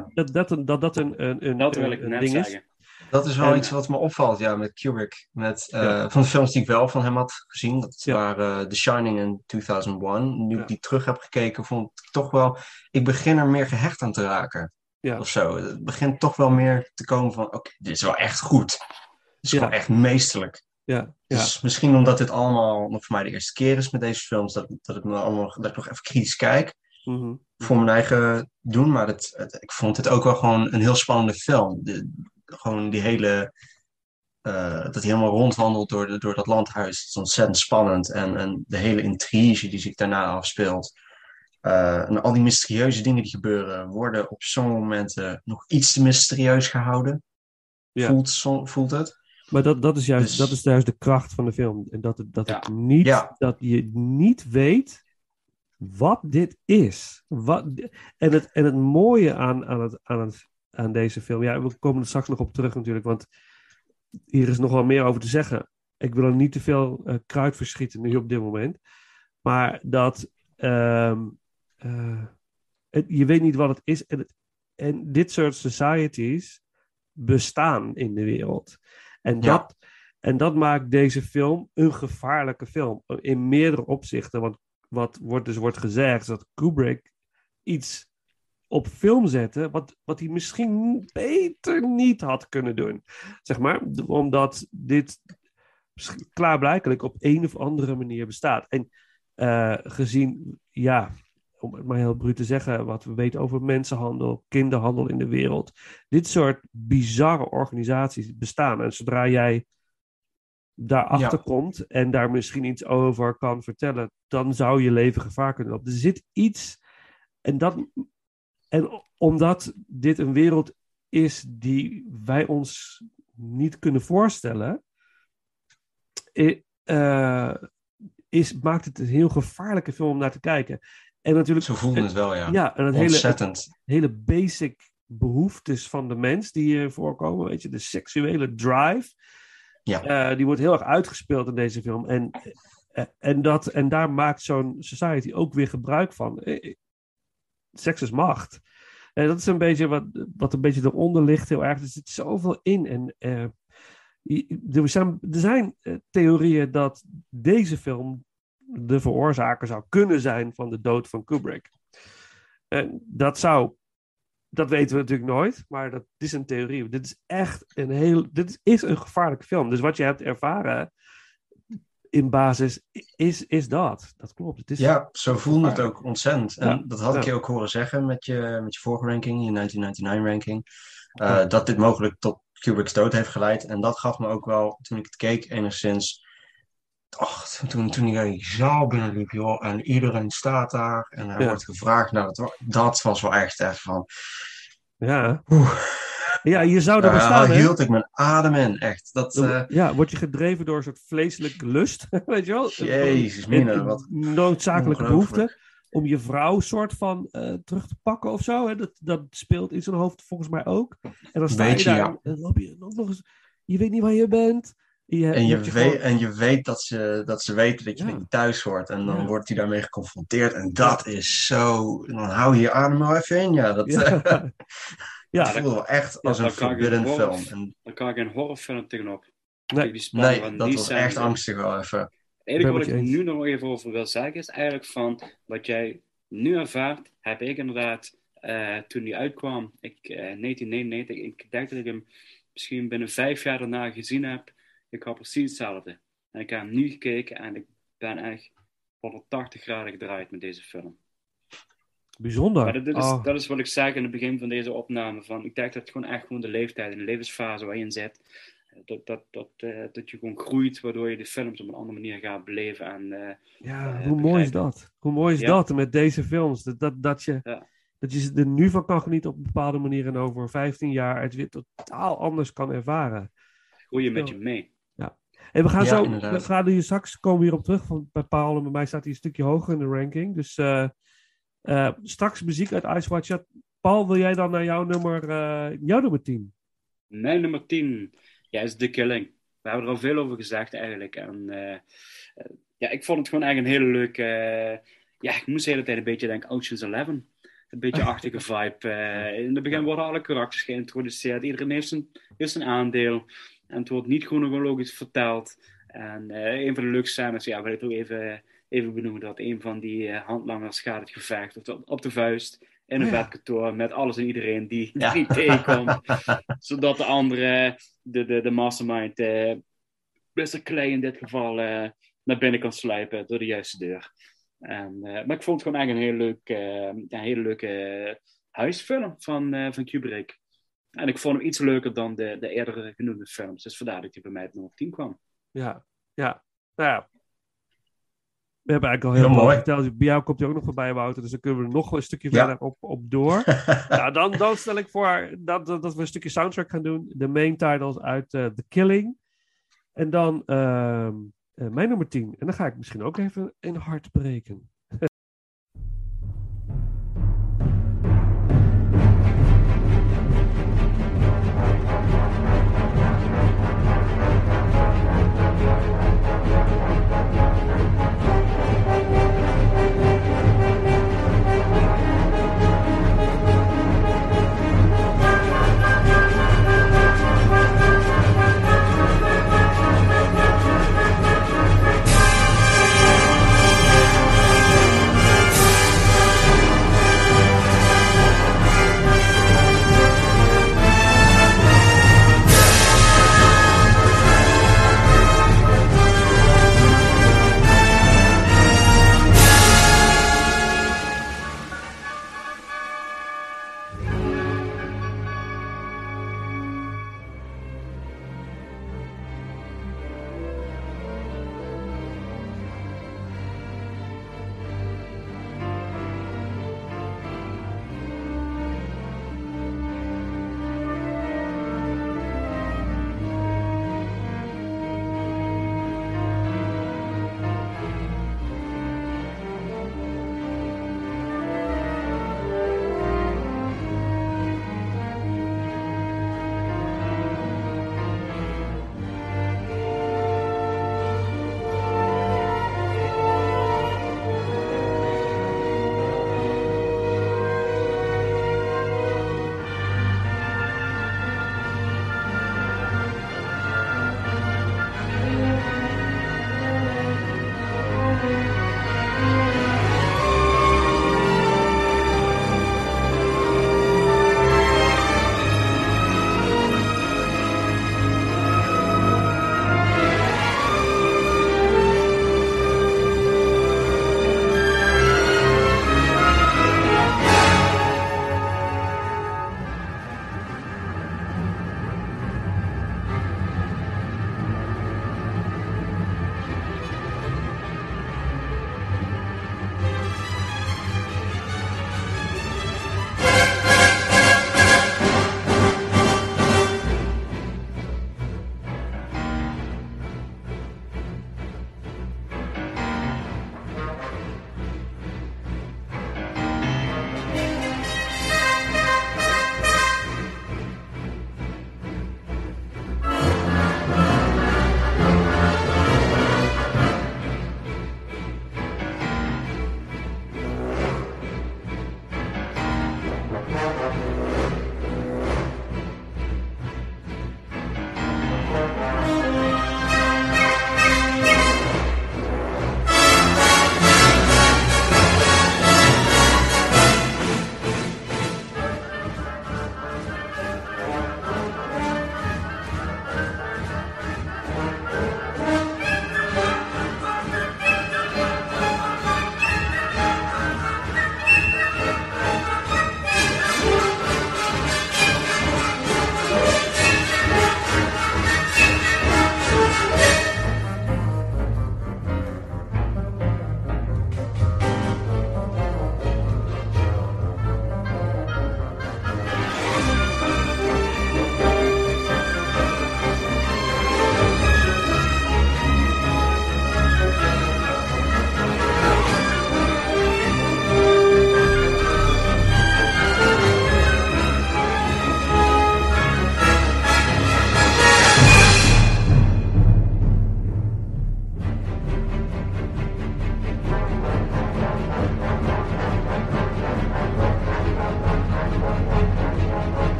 een ding is. Dat is wel iets wat me opvalt, ja, met Kubrick. Van de films die ik wel van hem had gezien. Dat waren The Shining in 2001. Nu ik die terug heb gekeken, vond ik toch wel... Ik begin er meer gehecht aan te raken. Ja. Of zo. Het begint toch wel meer te komen van... Oké, dit is wel echt goed. Het is gewoon echt meesterlijk. Ja. Dus misschien omdat dit allemaal nog voor mij de eerste keer is met deze films... dat ik nog even kritisch kijk. Mm-hmm. Voor mijn eigen doen. Maar ik vond het ook wel gewoon een heel spannende film. Gewoon die hele... dat hij helemaal rondwandelt door dat landhuis. Het is ontzettend spannend. En de hele intrige die zich daarna afspeelt. En al die mysterieuze dingen die gebeuren... worden op sommige momenten nog iets te mysterieus gehouden. Ja. Voelt het. Maar dat is juist de kracht van de film. En dat je niet weet wat dit is. En het mooie aan deze film... Ja, we komen er straks nog op terug natuurlijk, want hier is nog wel meer over te zeggen. Ik wil er niet te veel kruid verschieten nu op dit moment. Maar dat... je weet niet wat het is. En dit soort societies bestaan in de wereld. En dat maakt deze film een gevaarlijke film. In meerdere opzichten. Want wat wordt gezegd, is dat Kubrick iets op film zette wat hij misschien beter niet had kunnen doen. Zeg maar, omdat dit klaarblijkelijk op een of andere manier bestaat. En gezien, ja, om het maar heel bruut te zeggen, wat we weten over mensenhandel, kinderhandel in de wereld. Dit soort bizarre organisaties bestaan. En zodra jij daarachter komt en daar misschien iets over kan vertellen, dan zou je leven gevaar kunnen lopen. Er zit iets, en omdat dit een wereld is die wij ons niet kunnen voorstellen, maakt het een heel gevaarlijke film om naar te kijken. En natuurlijk, zo voelde het wel, ja. Ja, en ontzettend. hele basic behoeftes van de mens die hier voorkomen, weet je, de seksuele drive. Ja. Die wordt heel erg uitgespeeld in deze film. En daar maakt zo'n society ook weer gebruik van. Seks is macht. En dat is een beetje wat een beetje eronder ligt heel erg. Er zit zoveel in. En er zijn theorieën dat deze film de veroorzaker zou kunnen zijn van de dood van Kubrick. En dat weten we natuurlijk nooit, maar dat is een theorie. Dit is echt dit is een gevaarlijke film. Dus wat je hebt ervaren in basis is dat. Dat klopt. Het is, Ja, zo voelde het ook ontzettend. En Ja, dat had ik ja. je ook horen zeggen met je vorige ranking, je 1999 ranking. Dat dit mogelijk tot Kubrick's dood heeft geleid. En dat gaf me ook wel, toen ik het keek, enigszins... toen hij die zaal binnenliep, joh, en iedereen staat daar en hij Ja. wordt gevraagd. Nou, dat was wel echt van... Ja. Oeh, Ja, je zou er daar bestaan, hè? hield ik mijn adem in, echt. Ja, word je gedreven door een soort vleeselijke lust, weet je wel? Jezus, Een mina, wat noodzakelijke ongelooflijk. behoefte om je vrouw soort van terug te pakken of zo. Hè? Dat speelt in zijn hoofd volgens mij ook. En dan sta je Beetje, daar ja. en dan loop je nog eens... Je weet niet waar je bent. En moet je weet dat ze weten dat je Ja. niet thuis hoort. En dan Ja. wordt hij daarmee geconfronteerd. En dat is zo... Dan hou je je adem wel even in. Ja, dat Ja. Ja, dat voelde wel echt als een dat kan ik forbidden een film. horror- En, Daar kan ik een horrorfilm tegenop. Nee. Die spanning nee, van dat die was scène. echt angstig wel even. Eigenlijk Ben wat met ik je nu nog even over wil zeggen is eigenlijk van wat jij nu ervaart, heb ik inderdaad toen die uitkwam, 1999, ik denk dat ik hem misschien binnen 5 jaar daarna gezien heb. Ik had precies hetzelfde. En ik heb hem nu gekeken en ik ben echt 180 graden gedraaid met deze film. bijzonder. Maar Oh, dat is wat ik zeg in het begin van deze opname. Van, ik denk dat het gewoon echt de leeftijd en de levensfase waar je in zit. Dat je gewoon groeit, waardoor je de films op een andere manier gaat beleven. En, ja, hoe mooi is begrijpen. dat? Hoe mooi is Ja. dat met deze films? Dat je Ja. er nu van kan genieten op een bepaalde manier en over 15 jaar het weer totaal anders kan ervaren. Groei je met je mee. En we gaan Ja, zo, inderdaad. we gaan hier straks komen we hierop terug. Van, bij Paul en bij mij staat hij een stukje hoger in de ranking. Dus straks muziek uit Ice White Shut. Paul, wil jij dan naar jouw nummer 10? Mijn nummer 10 is The Killing. We hebben er al veel over gezegd eigenlijk. En, ik vond het gewoon eigenlijk een hele leuke... ik moest de hele tijd een beetje denken Ocean's 11. Een beetje achtige vibe. In het begin worden alle karakters geïntroduceerd. Iedereen heeft zijn aandeel. En het wordt niet chronologisch verteld. En een van de leukste scènes, wil ik ook even benoemen, dat een van die handlangers gaat het gevecht op de vuist in een bedkantoor met alles en iedereen die niet tegenkomt. Zodat de andere, de mastermind, Mr. Clay in dit geval, naar binnen kan sluipen door de juiste deur. Maar ik vond het gewoon eigenlijk een hele leuke huisfilm van Kubrick. En ik vond hem iets leuker dan de eerdere genoemde films. Dus vandaar dat hij bij mij op nummer 10 kwam. Ja. Nou ja. We hebben eigenlijk al heel Heel veel mooi. verteld. Bij jou komt hij ook nog voorbij, Wouter. Dus dan kunnen we er nog een stukje Ja. verder op door. Nou, dan stel ik voor dat we een stukje soundtrack gaan doen. De main titles uit The Killing. En dan mijn nummer 10. En dan ga ik misschien ook even een hart breken.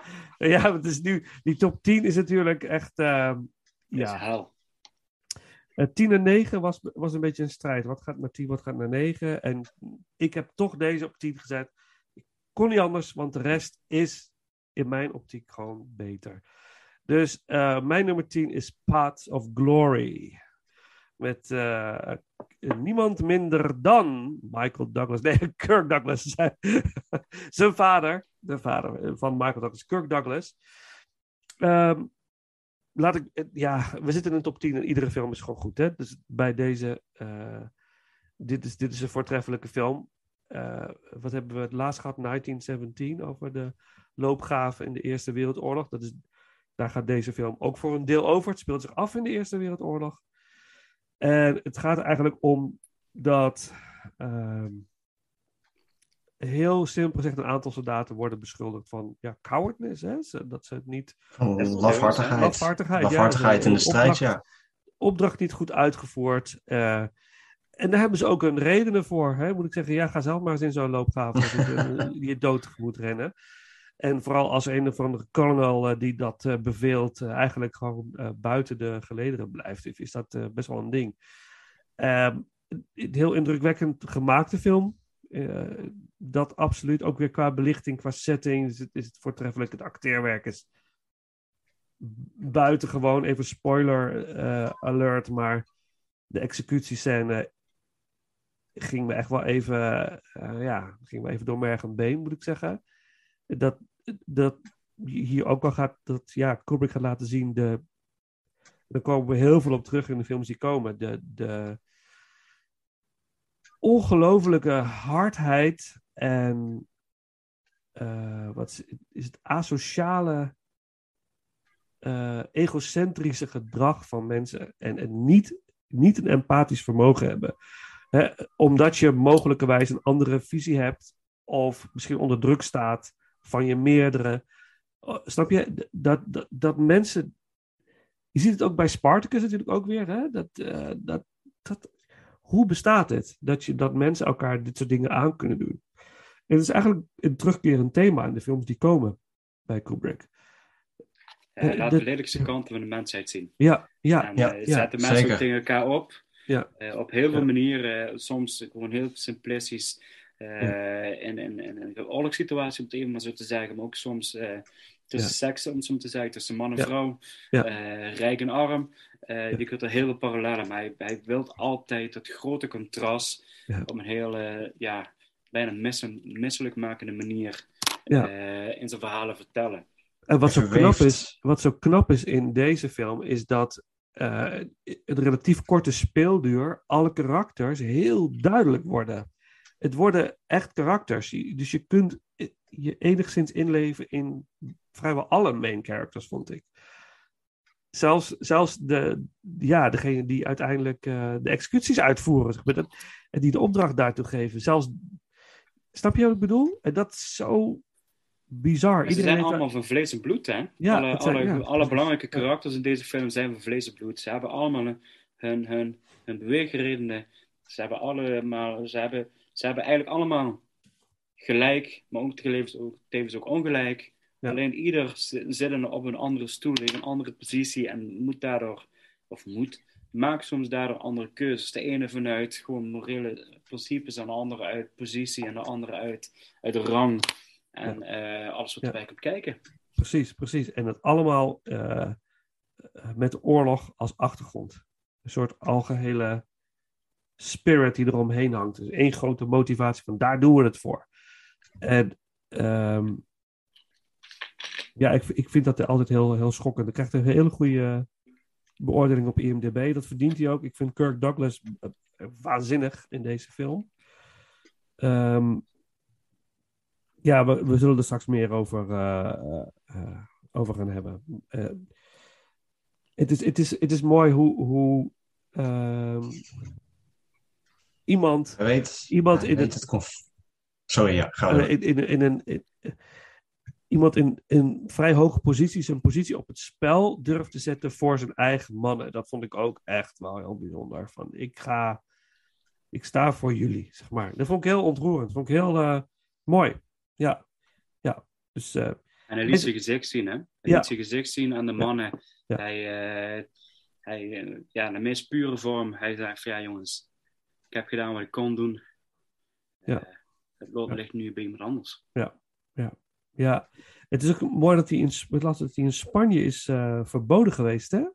Ja, het is nu, die top 10 is natuurlijk echt... Is hel. 10 en 9 was een beetje een strijd. Wat gaat naar 10, wat gaat naar 9? En ik heb toch deze op 10 gezet. Ik kon niet anders, want de rest is in mijn optiek gewoon beter. Dus mijn nummer 10 is Paths of Glory. Met niemand minder dan Michael Douglas. Nee, Kirk Douglas. Zijn vader. De vader van Michael Douglas. Kirk Douglas. We zitten in de top 10 en iedere film is gewoon goed. Hè? Dus bij deze... dit is een voortreffelijke film. Wat hebben we het laatst gehad? 1917 over de loopgraven in de Eerste Wereldoorlog. Daar gaat deze film ook voor een deel over. Het speelt zich af in de Eerste Wereldoorlog. En het gaat er eigenlijk om dat... heel simpel gezegd, een aantal soldaten worden beschuldigd van cowardness. Hè? Dat ze het niet... Lafhartigheid in de strijd, ja. Opdracht niet goed uitgevoerd. En daar hebben ze ook een redenen voor. Hè? Moet ik zeggen, ga zelf maar eens in zo'n loopgraven je dood tegemoet rennen. En vooral als een of andere kolonel die dat beveelt eigenlijk gewoon buiten de gelederen blijft, is dat best wel een ding. Een heel indrukwekkend gemaakte film. Dat absoluut. Ook weer qua belichting, qua setting is het voortreffelijk. Het acteerwerk is buitengewoon. Even spoiler alert, maar de executiescène ging me echt wel even door merg en been, moet ik zeggen. Dat hier ook wel gaat, Kubrick gaat laten zien, daar komen we heel veel op terug in de films die komen. De ongelofelijke hardheid en wat is het asociale, egocentrische gedrag van mensen en niet een empathisch vermogen hebben. Hè, omdat je mogelijkerwijs een andere visie hebt of misschien onder druk staat van je meerdere. Snap je? Dat mensen... Je ziet het ook bij Spartacus natuurlijk ook weer. Hè? Hoe bestaat het? Dat mensen elkaar dit soort dingen aan kunnen doen. En het is eigenlijk een terugkerend thema in de films die komen bij Kubrick. Laat de lelijkste kanten van de mensheid zien. Ja. Zetten mensen ook tegen elkaar op. Ja. Op heel veel manieren. Soms gewoon heel simplistisch. In een oorlogssituatie, om het even maar zo te zeggen. Maar ook soms tussen seksen, om het zo te zeggen. Tussen man en vrouw. Rijk en arm. Je kunt er heel veel parallellen. Maar hij wil altijd dat grote contrast. Op een hele, bijna misselijk makende manier. In zijn verhalen vertellen. En wat zo knap is in deze film, is dat een relatief korte speelduur alle karakters heel duidelijk worden. Het worden echt karakters. Dus je kunt je enigszins inleven in vrijwel alle main characters, vond ik. Zelfs degene die uiteindelijk de executies uitvoeren, zeg maar, die de opdracht daartoe geven. Snap je wat ik bedoel? En dat is zo bizar. Ze zijn allemaal van vlees en bloed, hè? Ja, alle belangrijke karakters in deze film zijn van vlees en bloed. Ze hebben allemaal hun beweegredenen. Ze hebben eigenlijk allemaal gelijk, maar ook tevens ook ongelijk. Ja. Alleen ieder zit op een andere stoel, in een andere positie en maakt soms daardoor andere keuzes. De ene vanuit gewoon morele principes, en de andere uit positie en de andere uit rang. En alles wat erbij komt kijken. Precies. En dat allemaal met de oorlog als achtergrond. Een soort algehele spirit die eromheen hangt. Dus één grote motivatie van daar doen we het voor. En ik vind dat altijd heel, heel schokkend. Hij krijgt een hele goede beoordeling op IMDb. Dat verdient hij ook. Ik vind Kirk Douglas waanzinnig in deze film. We zullen er straks meer over gaan hebben. Het is mooi hoe iemand iemand in vrij hoge positie zijn positie op het spel durft te zetten voor zijn eigen mannen. Dat vond ik ook echt wel heel bijzonder. Van ik sta voor jullie, zeg maar. Dat vond ik heel ontroerend. Dat vond ik heel mooi. Ja. Dus En hij liet zijn gezicht zien, hè? Hij liet zijn gezicht zien aan de mannen. Ja. Hij in de meest pure vorm. Hij zei van, ja jongens, ik heb gedaan wat ik kon doen. Het lot ligt nu bij iemand anders. Ja. Het is ook mooi dat hij in Spanje is verboden geweest, hè?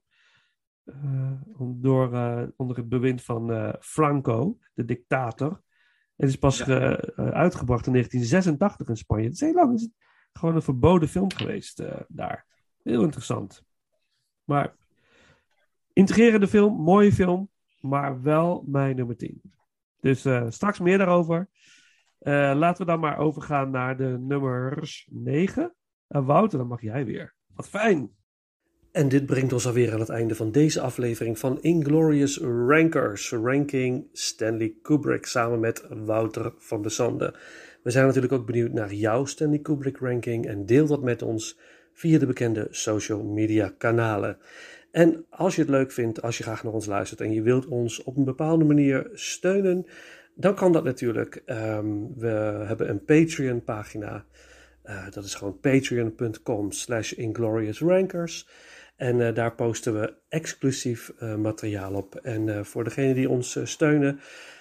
Onder het bewind van Franco, de dictator. Het is pas uitgebracht in 1986 in Spanje. Het is heel lang. Het is gewoon een verboden film geweest daar. Heel interessant. Maar integrerende film, mooie film, maar wel mijn nummer 10. Dus straks meer daarover. Laten we dan maar overgaan naar de nummers 9. Wouter, dan mag jij weer. Wat fijn! En dit brengt ons alweer aan het einde van deze aflevering van Inglorious Rankers, ranking Stanley Kubrick samen met Wouter van der Sande. We zijn natuurlijk ook benieuwd naar jouw Stanley Kubrick ranking en deel dat met ons via de bekende social media kanalen. En als je het leuk vindt, als je graag naar ons luistert en je wilt ons op een bepaalde manier steunen, dan kan dat natuurlijk. We hebben een Patreon pagina. Dat is gewoon patreon.com/ingloriousrankers. En daar posten we exclusief materiaal op. En voor degenen die ons steunen,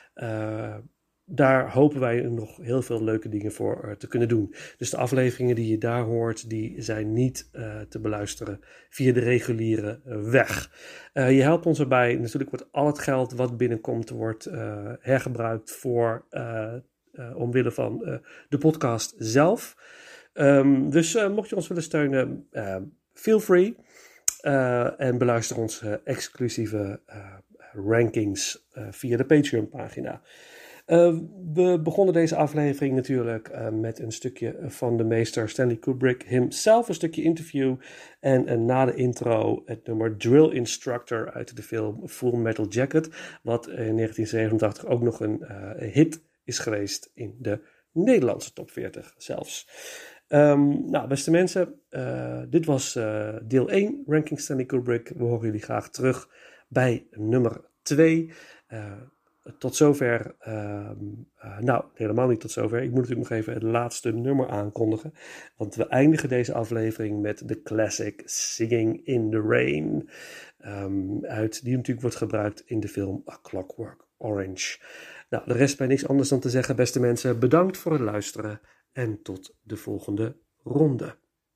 daar hopen wij nog heel veel leuke dingen voor te kunnen doen. Dus de afleveringen die je daar hoort, die zijn niet te beluisteren via de reguliere weg. Je helpt ons erbij. Natuurlijk wordt al het geld wat binnenkomt, wordt hergebruikt voor omwille van de podcast zelf. Dus mocht je ons willen steunen, feel free. En beluister onze exclusieve rankings via de Patreon pagina. We begonnen deze aflevering natuurlijk met een stukje van de meester Stanley Kubrick himself, een stukje interview. En na de intro het nummer Drill Instructor uit de film Full Metal Jacket, wat in 1987 ook nog een hit is geweest in de Nederlandse top 40 zelfs. Beste mensen, dit was deel 1, Ranking Stanley Kubrick. We horen jullie graag terug bij nummer 2. Tot zover, helemaal niet tot zover. Ik moet natuurlijk nog even het laatste nummer aankondigen. Want we eindigen deze aflevering met de classic Singing in the Rain. Die natuurlijk wordt gebruikt in de film A Clockwork Orange. Nou, de rest bij niks anders dan te zeggen, beste mensen. Bedankt voor het luisteren en tot de volgende ronde.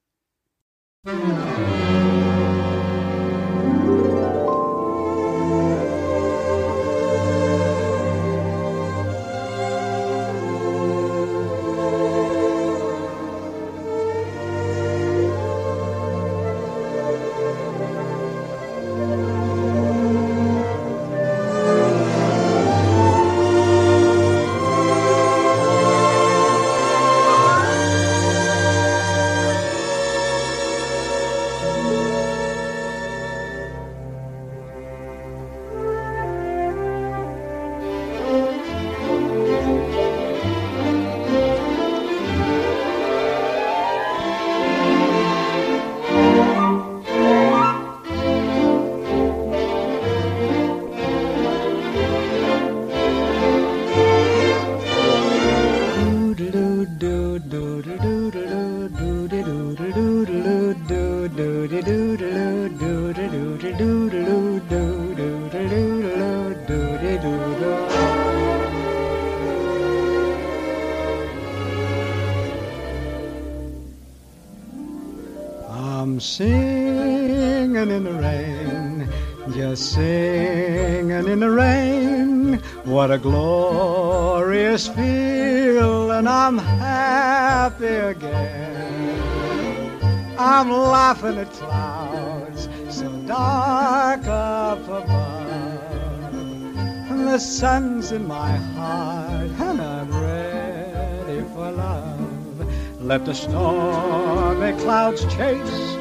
I'm singing in the rain, just singing in the rain. What a glorious feeling, I'm happy again. I'm laughing at clouds so dark up above, and the sun's in my heart, and I'm ready for love. Let the stormy clouds chase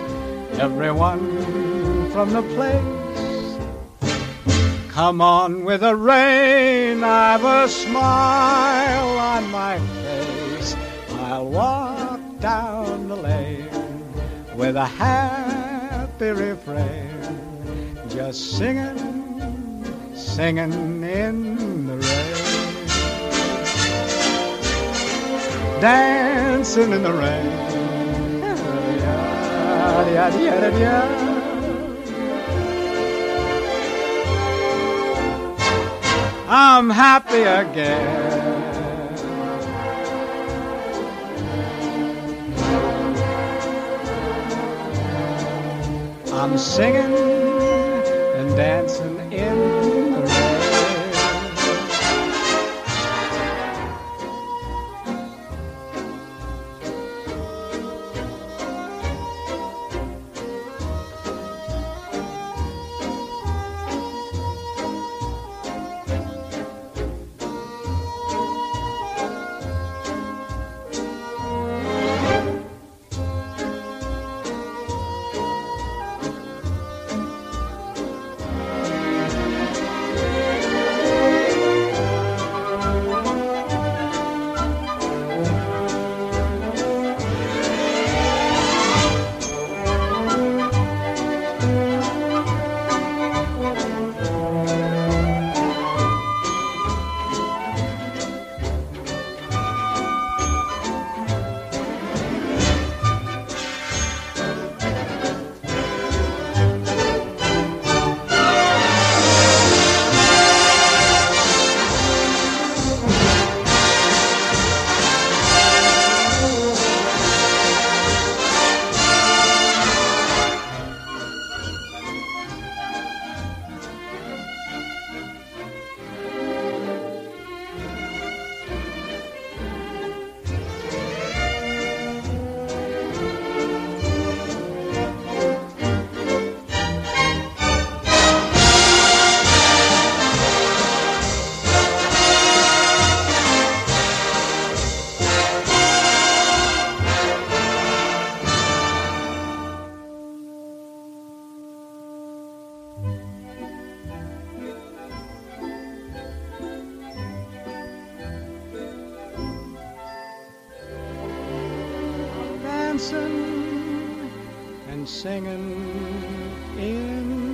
everyone from the place. Come on with the rain, I've a smile on my face. I'll walk down the lane with a happy refrain, just singing, singing in the rain. Dancing in the rain, I'm happy again. I'm singing and dancing in the rain. Dancing and singing in